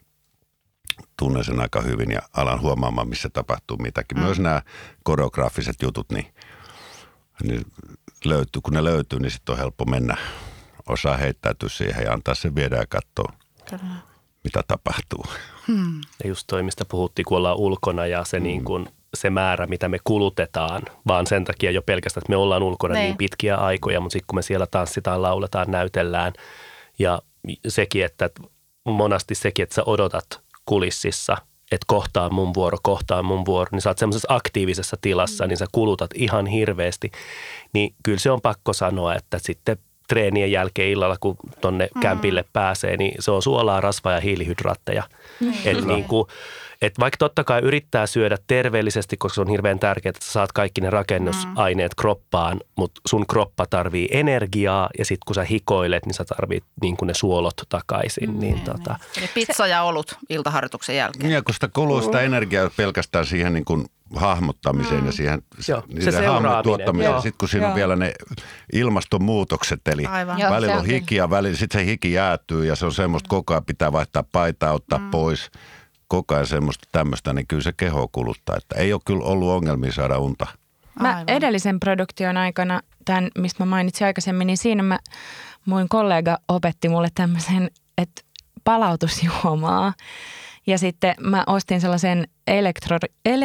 tunnen sen aika hyvin ja alan huomaamaan, missä tapahtuu mitäkin. Mm. Myös nämä koreograafiset jutut, niin, niin löytyy, kun ne löytyy, niin sitten on helppo mennä. Osaa heittäytyä siihen ja antaa sen viedä ja katsoa, Kyllä. mitä tapahtuu. Hmm. Ja just toi, mistä puhuttiin, kun ollaan ulkona ja se, mm. niin kun, se määrä, mitä me kulutetaan, vaan sen takia jo pelkästään, että me ollaan ulkona niin, niin pitkiä aikoja, mutta sitten kun me siellä tanssitaan, lauletaan, näytellään ja sekin, että monasti sekin, että sä odotat kulississa, että kohtaa mun vuoro, kohtaa mun vuoro, niin sä oot semmoisessa aktiivisessa tilassa, niin sä kulutat ihan hirveästi. Niin kyllä se on pakko sanoa, että sitten treenien jälkeen illalla, kun tonne mm. kämpille pääsee, niin se on suolaa, rasvaa ja hiilihydraatteja. Mm. Että niin kuin, et vaikka totta kai yrittää syödä terveellisesti, koska se on hirveän tärkeää, että sä saat kaikki ne rakennusaineet mm. kroppaan, mutta sun kroppa tarvii energiaa ja sitten kun sä hikoilet, niin sä tarvit niin kuin ne suolot takaisin. Mm. Niin, tota. Eli pizza ja olut iltaharjoituksen jälkeen. Ja kun sitä kuluu sitä energiaa pelkästään siihen niin kuin hahmottamiseen mm. ja siihen Joo, se hahmon tuottamiseen. Sitten kun siinä Joo. on vielä ne ilmastonmuutokset, eli Aivan. Joo, välillä se on on hiki ja välillä sitten se hiki jäätyy ja se on semmoista, koko ajan pitää vaihtaa paitaa, ottaa mm. pois. Koko ajan semmoista tämmöistä, niin kyllä se keho kuluttaa. Että ei ole kyllä ollut ongelmia saada unta. Mä Aivan. edellisen produktion aikana, tämän mistä mä mainitsin aikaisemmin, niin siinä mä, mun kollega opetti mulle tämmöisen, että palautusjuomaa. Ja sitten mä ostin sellaisen elektro,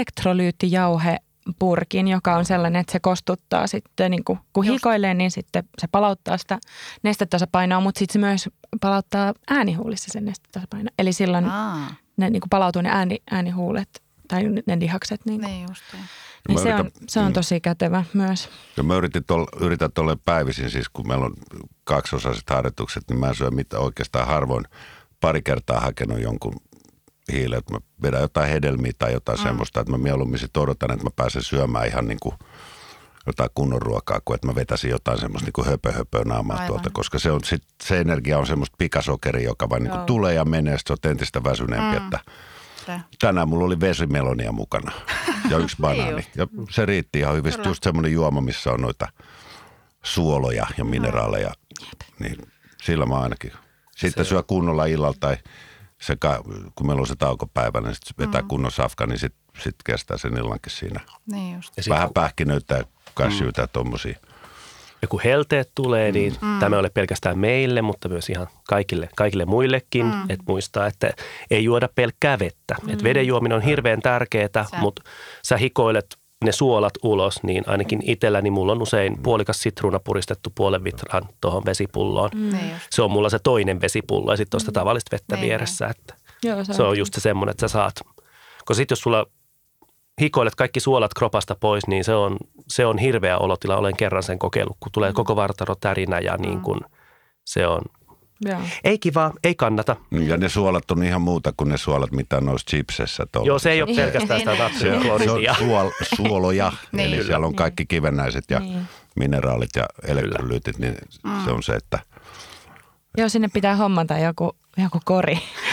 elektrolyyttijauhepurkin, joka on sellainen, että se kostuttaa sitten, niin kun, kun hikoilee, niin sitten se palauttaa sitä nestetasapainoa, mutta sitten se myös palauttaa äänihuulissa sen nestetasapainoa. Eli silloin Aa, ne niin kuin palautuu ne ääni, äänihuulet tai ne lihakset. Niin, niin just. niin se, yritän- on, se on tosi kätevä myös. Ja mä yritin tol, yritän tuolle päivisin, siis kun meillä on kaksiosaiset harjoitukset, niin mä en syö mitään oikeastaan harvoin pari kertaa hakenut jonkun hiilen, että mä vedän jotain hedelmiä tai jotain mm. semmoista, että mä mieluummin sit odotan, että mä pääsen syömään ihan niin kuin jotain kunnon ruokaa, kuin että mä vetäisin jotain semmoista niin kuin höpö höpö naamaa tuolta, koska se, on, sit, se energia on semmoista pikasokeria, joka vaan niin kuin tulee ja menee, se on entistä väsyneempi, mm. että Se. tänään mulla oli vesimelonia mukana ja yksi banaani. Ja se riitti ihan hyvin. Just semmoinen juoma, missä on noita suoloja ja mineraaleja. Niin sillä mä ainakin. Sitten se syö kunnolla illalla tai se, kun meillä on se taukopäivä, niin sitten vetää mm. kunnon safka, niin sitten sit kestää sen illankin siinä. Niin just. Ja sit, Vähän pähkinöitä ja kassyitä ja tommosia. Ja kun helteet tulee, niin mm. tämä ei ole pelkästään meille, mutta myös ihan kaikille, kaikille muillekin. Mm. Että muistaa, että ei juoda pelkkää vettä. Mm. Että veden juominen on hirveän tärkeää, mutta sä hikoilet ne suolat ulos, niin ainakin itselläni mulla on usein puolikas sitruuna puristettu puolen vitran tuohon vesipulloon. Mm. Se on mulla se toinen vesipullo ja sitten tuosta tavallista vettä Mm. vieressä. Että Joo, se, se on just se semmoinen, että sä saat, kun sitten jos sulla hikoilet kaikki suolat kropasta pois, niin se on, se on hirveä olotila. Olen kerran sen kokeillut, kun tulee koko vartalo tärinä ja niin kuin se on, Joo. ei kivaa, ei kannata. Ja ne suolat on ihan muuta kuin ne suolat, mitä noissa chipseissä. Joo, se ei ole Niin. pelkästään sitä Se, se on napsikloridia. suol, suoloja, Niin. eli siellä on kaikki kivennäiset ja Niin. mineraalit ja elektrolyytit, niin se on se, että Joo, sinne pitää hommata joku, joku kori.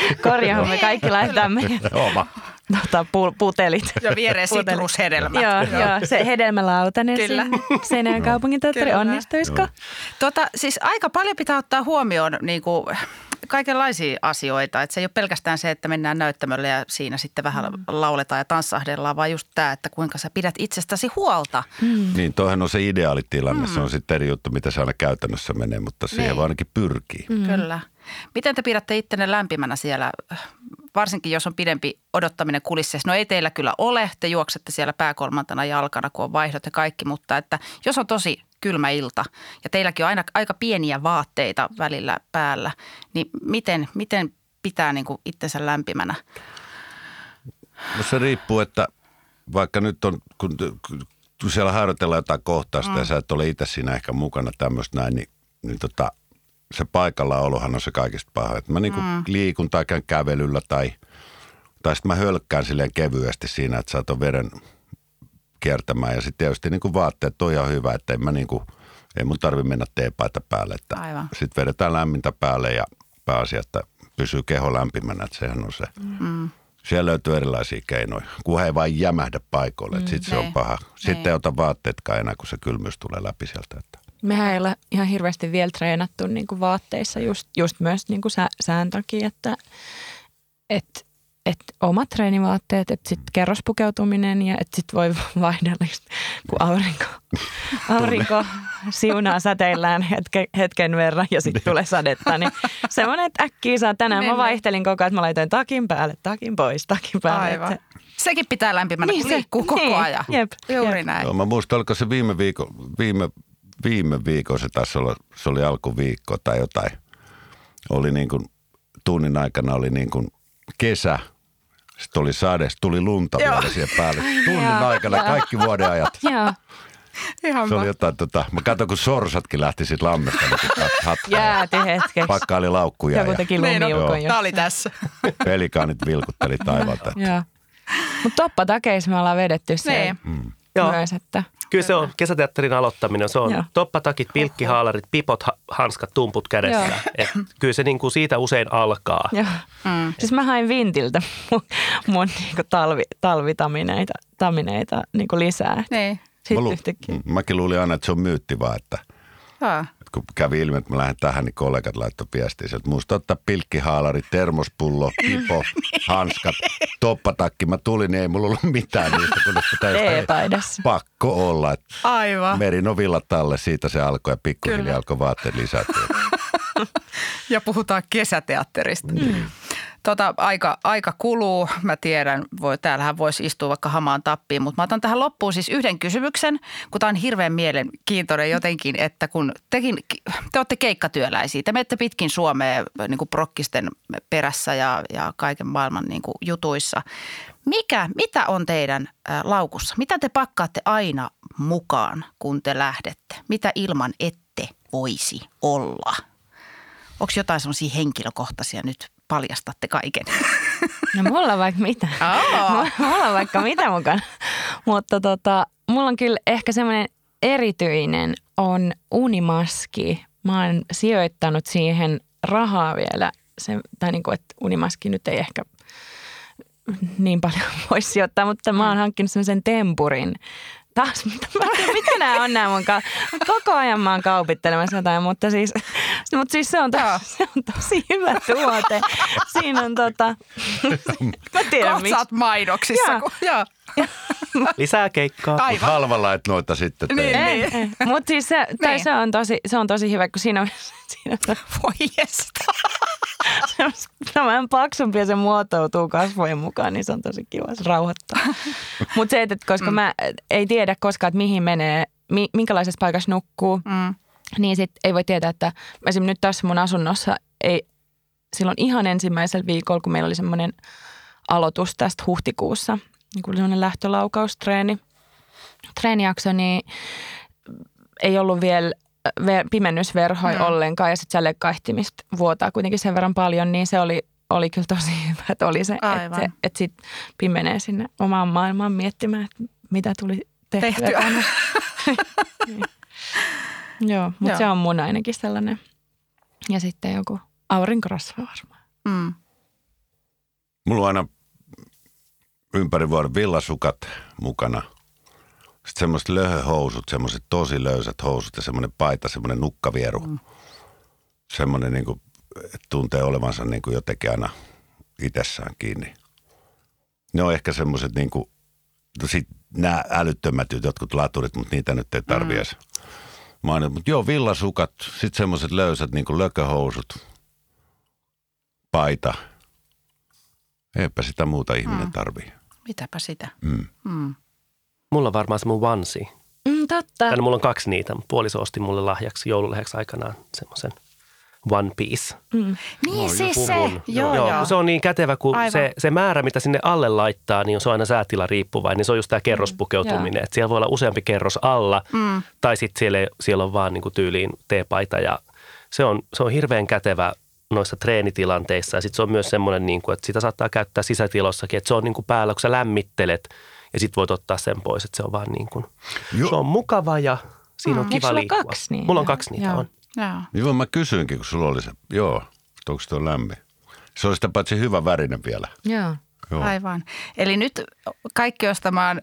korjaamme me kaikki laitetaan meidän Oma. tota, pu- putelit. Ja viereen Putelit. sitrushedelmät. Joo, joo, se hedelmälautanen Kyllä. sinne. Seinäjoen kaupunginteatteri, Kyllä. onnistuisiko? Tota, siis aika paljon pitää ottaa huomioon niin kuin, kaikenlaisia asioita. Että se ei ole pelkästään se, että mennään näyttämölle ja siinä sitten vähän mm. lauletaan ja tanssahdellaan, vaan just tämä, että kuinka sä pidät itsestäsi huolta. Mm. Niin, toihan on se ideaalitilanne. Mm. Se on sitten eri juttu, mitä se aina käytännössä menee, mutta siihen Niin. vaan ainakin pyrkii. Mm. Kyllä. Miten te pidätte ittenne lämpimänä siellä, varsinkin jos on pidempi odottaminen kulisseissa? No ei teillä kyllä ole, te juoksette siellä pääkolmantena jalkana, kun on vaihdot ja kaikki, mutta että jos on tosi kylmä ilta ja teilläkin on aina aika pieniä vaatteita välillä päällä, niin miten, miten pitää niin kuin itsensä lämpimänä? No se riippuu, että vaikka nyt on, kun, kun siellä harjoitellaan jotain kohtausta mm. ja sä et ole itse siinä ehkä mukana tämmöistä näin, niin, niin tota, se paikallaolohan on se kaikista paha. Että mä niinku mm. liikun tai käyn kävelyllä tai, tai sitten mä hölkkään silleen kevyesti siinä, että saat veren kiertämään. Ja sitten tietysti niinku vaatteet on ihan hyvä, että en mä niinku, ei mun tarvi mennä teepaita päälle. Sitten vedetään lämmintä päälle ja pääasia, että pysyy keho lämpimänä, että sehän on se. Mm. Siellä löytyy erilaisia keinoja, kunhan ei vain jämähdä paikoille, että sitten mm. se on paha. Sitten ei ota vaatteetkaan enää, kun se kylmyys tulee läpi sieltä. Että. Mehän ei ole ihan hirveästi vielä treenattu niin kuin vaatteissa just, just myös niin kuin sä, sään takia, että et, et omat treenivaatteet, että sitten kerrospukeutuminen ja että sitten voi vaihdella, kun aurinko, aurinko siunaa säteillään hetke, hetken verran ja sitten tulee sadetta. Niin semmoinen, että äkkiä saa tänään. Mä vaihtelin koko ajan, että mä laitoin takin päälle, takin pois, takin päälle. Aivan. Että sekin pitää lämpimänä, niin kun se, liikkuu koko niin, ajan. Jep, Juuri jep. näin. Joo, mä muistan, oliko se viime viikon, viime, viime viikon se taisi olla, se oli alkuviikko tai jotain. Oli niin kuin, tunnin aikana oli niin kuin kesä, sitten oli sade, tuli lunta Joo. vielä siihen päälle. Tunnin Joo, aikana joo. kaikki vuoden ajat. Joo. Ihan Se oli jotain, tota, mä katsoin, kun sorsatkin lähti siitä lammesta, niin hatkaa. Jääti hetkeksi. Pakkaili laukkuja Joku ja teki Niin on. lumiukon. Tämä oli tässä. pelikaanit vilkutteli taivaalta. Joo. Mutta toppatakeissa me ollaan vedetty se Niin. Mm. Joo. myös, että Kyllä se on kesäteatterin aloittaminen. Se on Joo. toppatakit, pilkkihaalarit, pipot, ha- hanskat, tumput kädessä. Joo. Et kyllä se niin kuin siitä usein alkaa. joo. Mm. Siis mä hain Vintiltä mun, mun niinku talvi, talvitamineita tamineita niinku lisää. Niin. Sitten Mä lu- yhtäkkiä. mm, Mäkin luulin aina, että se on myytti vaan, että, Joo. että kun kävi ilmi, että mä lähden tähän, niin kollegat laittoi viestiä, että muista ottaa pilkkihaalarit, termospullo, pipo, hanskat, toppatakki. Mä tulin, niin ei mulla ollut mitään niistä, kun Teepaidassa. pakko olla. Että Aivan. merinovillat alle, siitä se alkoi ja pikkuhiljaa Kyllä. alkoi vaatteet lisääntyä. Ja puhutaan kesäteatterista. Mm. Tota, aika, aika kuluu, mä tiedän, voi, täällähän voisi istua vaikka hamaan tappiin, mutta mä otan tähän loppuun siis yhden kysymyksen, kun tämä on hirveän mielenkiintoinen jotenkin, että kun tekin, te olette keikkatyöläisiä, te menette pitkin Suomea niin kuin prokkisten perässä ja, ja kaiken maailman niin kuin jutuissa. Mikä, mitä on teidän ä, laukussa? Mitä te pakkaatte aina mukaan, kun te lähdette? Mitä ilman ette voisi olla? Onko jotain semmoisia henkilökohtaisia nyt? Paljastatte kaiken. No mulla on vaikka mitä. Oh. Mulla on vaikka mitä mukana. Mutta tota, mulla on kyllä ehkä semmoinen erityinen on unimaski. Mä oon sijoittanut siihen rahaa vielä. Se, tai niin kuin, että unimaski nyt ei ehkä niin paljon voi sijoittaa, mutta mä oon hankkinut semmoisen tempurin. Taas, mitä, mitä nämä on nämä mun kanssa? Koko ajan mä oon kaupittelemassa jotain, mutta siis, mutta siis se, on to, se on tosi hyvä tuote. Siinä on tota, mä tiedän Kohta sä oot mainoksissa. Joo. Kun, joo. Lisää keikkaa. Mutta Aivan. halvalla et noita sitten tee. Niin, Ei, niin. ei. Mutta siis se, tai Niin. se, on tosi, se on tosi hyvä, kun siinä on, siinä on, Voi jesta. se on, se on vähän paksumpi ja se muotoutuu kasvojen mukaan, niin se on tosi kiva, se rauhoittaa. Mutta se, että koska mm. mä ei tiedä koskaan, että mihin menee, mi, minkälaisessa paikassa nukkuu, Mm. niin sit ei voi tietää, että esimerkiksi nyt tässä mun asunnossa ei, silloin ihan ensimmäisellä viikolla, kun meillä oli semmoinen aloitus tästä huhtikuussa, niin kuin semmoinen lähtölaukaustreeni, treenijakso, niin ei ollut vielä ver- pimennysverhoja Mm. ollenkaan ja sitten sälekaihtimista vuotaa kuitenkin sen verran paljon, niin se oli, oli kyllä tosi hyvä, että oli se, että, se, että sitten pimenee sinne omaan maailmaan miettimään, että mitä tuli tehtyä. Tehtyä. tänne. Niin. Joo, mutta Joo. se on mun ainakin sellainen. Ja sitten joku aurinkorasva varmaan. Mm. Mulla on aina ympäri vuoden villasukat mukana. Sitten semmoiset löhöhousut, semmoiset tosi löysät housut ja semmoinen paita, semmoinen nukkavieru. Mm. Semmoinen niin kuin, että tuntee olevansa niin kuin jotenkin aina itsessään kiinni. Ne on ehkä semmoiset niin kuin, sitten nämä älyttömät jotkut laturit, mutta niitä nyt ei tarvitse edes mainita. Mutta joo, villasukat, sitten semmoiset löysät niin kuin lököhousut, paita. Eipä sitä muuta ihminen mm. tarvii. Mitäpä sitä. Mm. Mm. Mulla on varmaan se mun onesie. Mm, totta. Tai mulla on kaksi niitä. Puoliso osti mulle lahjaksi, joululahjaksi aikanaan semmoisen One Piece. Mm. Niin No, siis joku se. mun. Joo, Joo, joo. kun se on niin kätevä, kun Aivan. se, se määrä, mitä sinne alle laittaa, niin se on aina säätila riippuvainen. Niin se on just tämä kerrospukeutuminen. Että siellä voi olla useampi kerros alla, Mm. tai sitten siellä, siellä on vaan niin kuin tyyliin teepaita. Ja se on, se on hirveän kätevä noissa treenitilanteissa. Ja sitten se on myös semmoinen, niin kuin, että sitä saattaa käyttää sisätilossakin. Että se on niin kuin päällä, kun sä lämmittelet, ja sitten voit ottaa sen pois. Että se on vaan niin kuin, se on mukava ja siinä on Eikö kiva sulla liikkua. kaksi niitä? Mulla on kaksi niitä, Joo. on. Joo. Joo, mä kysyinkin, kun sulla oli se, joo, onko se on lämmin. Se oli sitä paitsi hyvä värinen vielä. Joo. Joo. Aivan. Eli nyt kaikki ostamaan.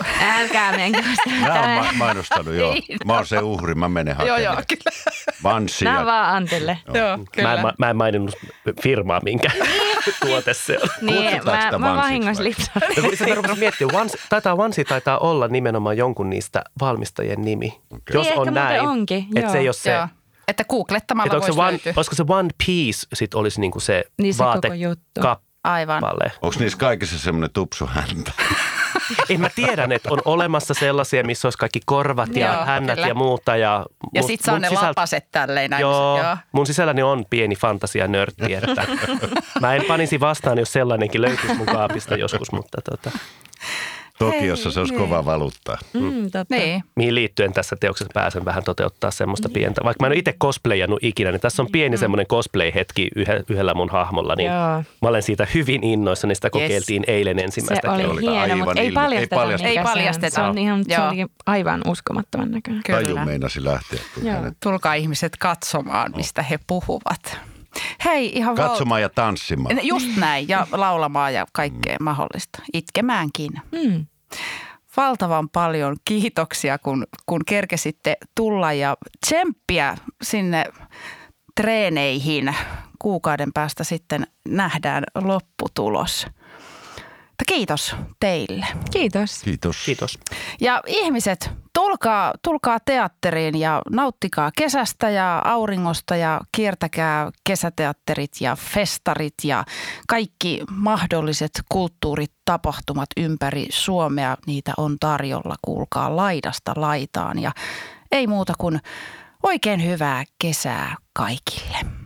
Älkää menkö Mä oon ma- mainostanut, joo. Mä oon se uhri, mä menen Joo, hakemaan. joo, kyllä. Vanssia. Nämä vaan Antille. Joo, Mä kyllä. en, ma- mä en maininnut firmaa, minkä tuote se on. Niin, Kutsutaanko mä, sitä mä vansiksi vahingossa vai? lipsasin. Sitten mä rupesin miettimään, Once, taitaa Onesie taitaa olla nimenomaan jonkun niistä valmistajien nimi. Okei. Jos Niin, on ehkä muuten näin, onkin, että se joo. ei ole se, Joo. Että googlettamalla että onko voisi se, one, löytyä. olisiko se One Piece sit olisi niinku se Niin se koko juttu. vaatekappale. Aivan. Onko niissä kaikissa semmoinen tupsuhäntä? En mä tiedän, että on olemassa sellaisia, missä olisi kaikki korvat ja Joo, hännät kyllä. ja muuta. Ja, Ja must- sit saa mun ne sisältä- lapaset tälleen näin. Joo, Joo. mun sisälläni on pieni fantasia-nörtti, että mä en panisi vastaan, jos sellainenkin löytyisi mun kaapista joskus, mutta tota, Tokiossa se olisi niin. kova valuuttaa. Mm, totta. Niin. mihin liittyen tässä teoksessa pääsen vähän toteuttaa semmoista pientä. Vaikka mä en ole itse cosplayannut ikinä, niin tässä on pieni semmoinen cosplay-hetki yhe- yhdellä mun hahmolla, niin Joo. mä olen siitä hyvin innoissa, niin sitä kokeiltiin eilen Se ensimmäistä oli kertaa. Aivan hieno, mutta ei ilme- ei paljasteta. paljasteta. mikä Ei se on. paljasteta. Se, on ihan, se Joo. oli aivan uskomattoman näköinen. Taju Kyllä. meinasi lähteä. kun Joo. hänet- Tulkaa ihmiset katsomaan, mistä he puhuvat. Hei, ihan val- Katsomaan ja tanssimaan. Just näin, ja laulamaan ja kaikkea mahdollista. Itkemäänkin. Mm. Valtavan paljon kiitoksia, kun, kun kerkesitte tulla ja tsemppiä sinne treeneihin. Kuukauden päästä sitten nähdään lopputulos. Mutta kiitos teille. Kiitos. Kiitos. Kiitos. Ja ihmiset, tulkaa, tulkaa teatteriin ja nauttikaa kesästä ja auringosta ja kiertäkää kesäteatterit ja festarit ja kaikki mahdolliset kulttuuritapahtumat ympäri Suomea. Niitä on tarjolla, kuulkaa laidasta laitaan ja ei muuta kuin oikein hyvää kesää kaikille.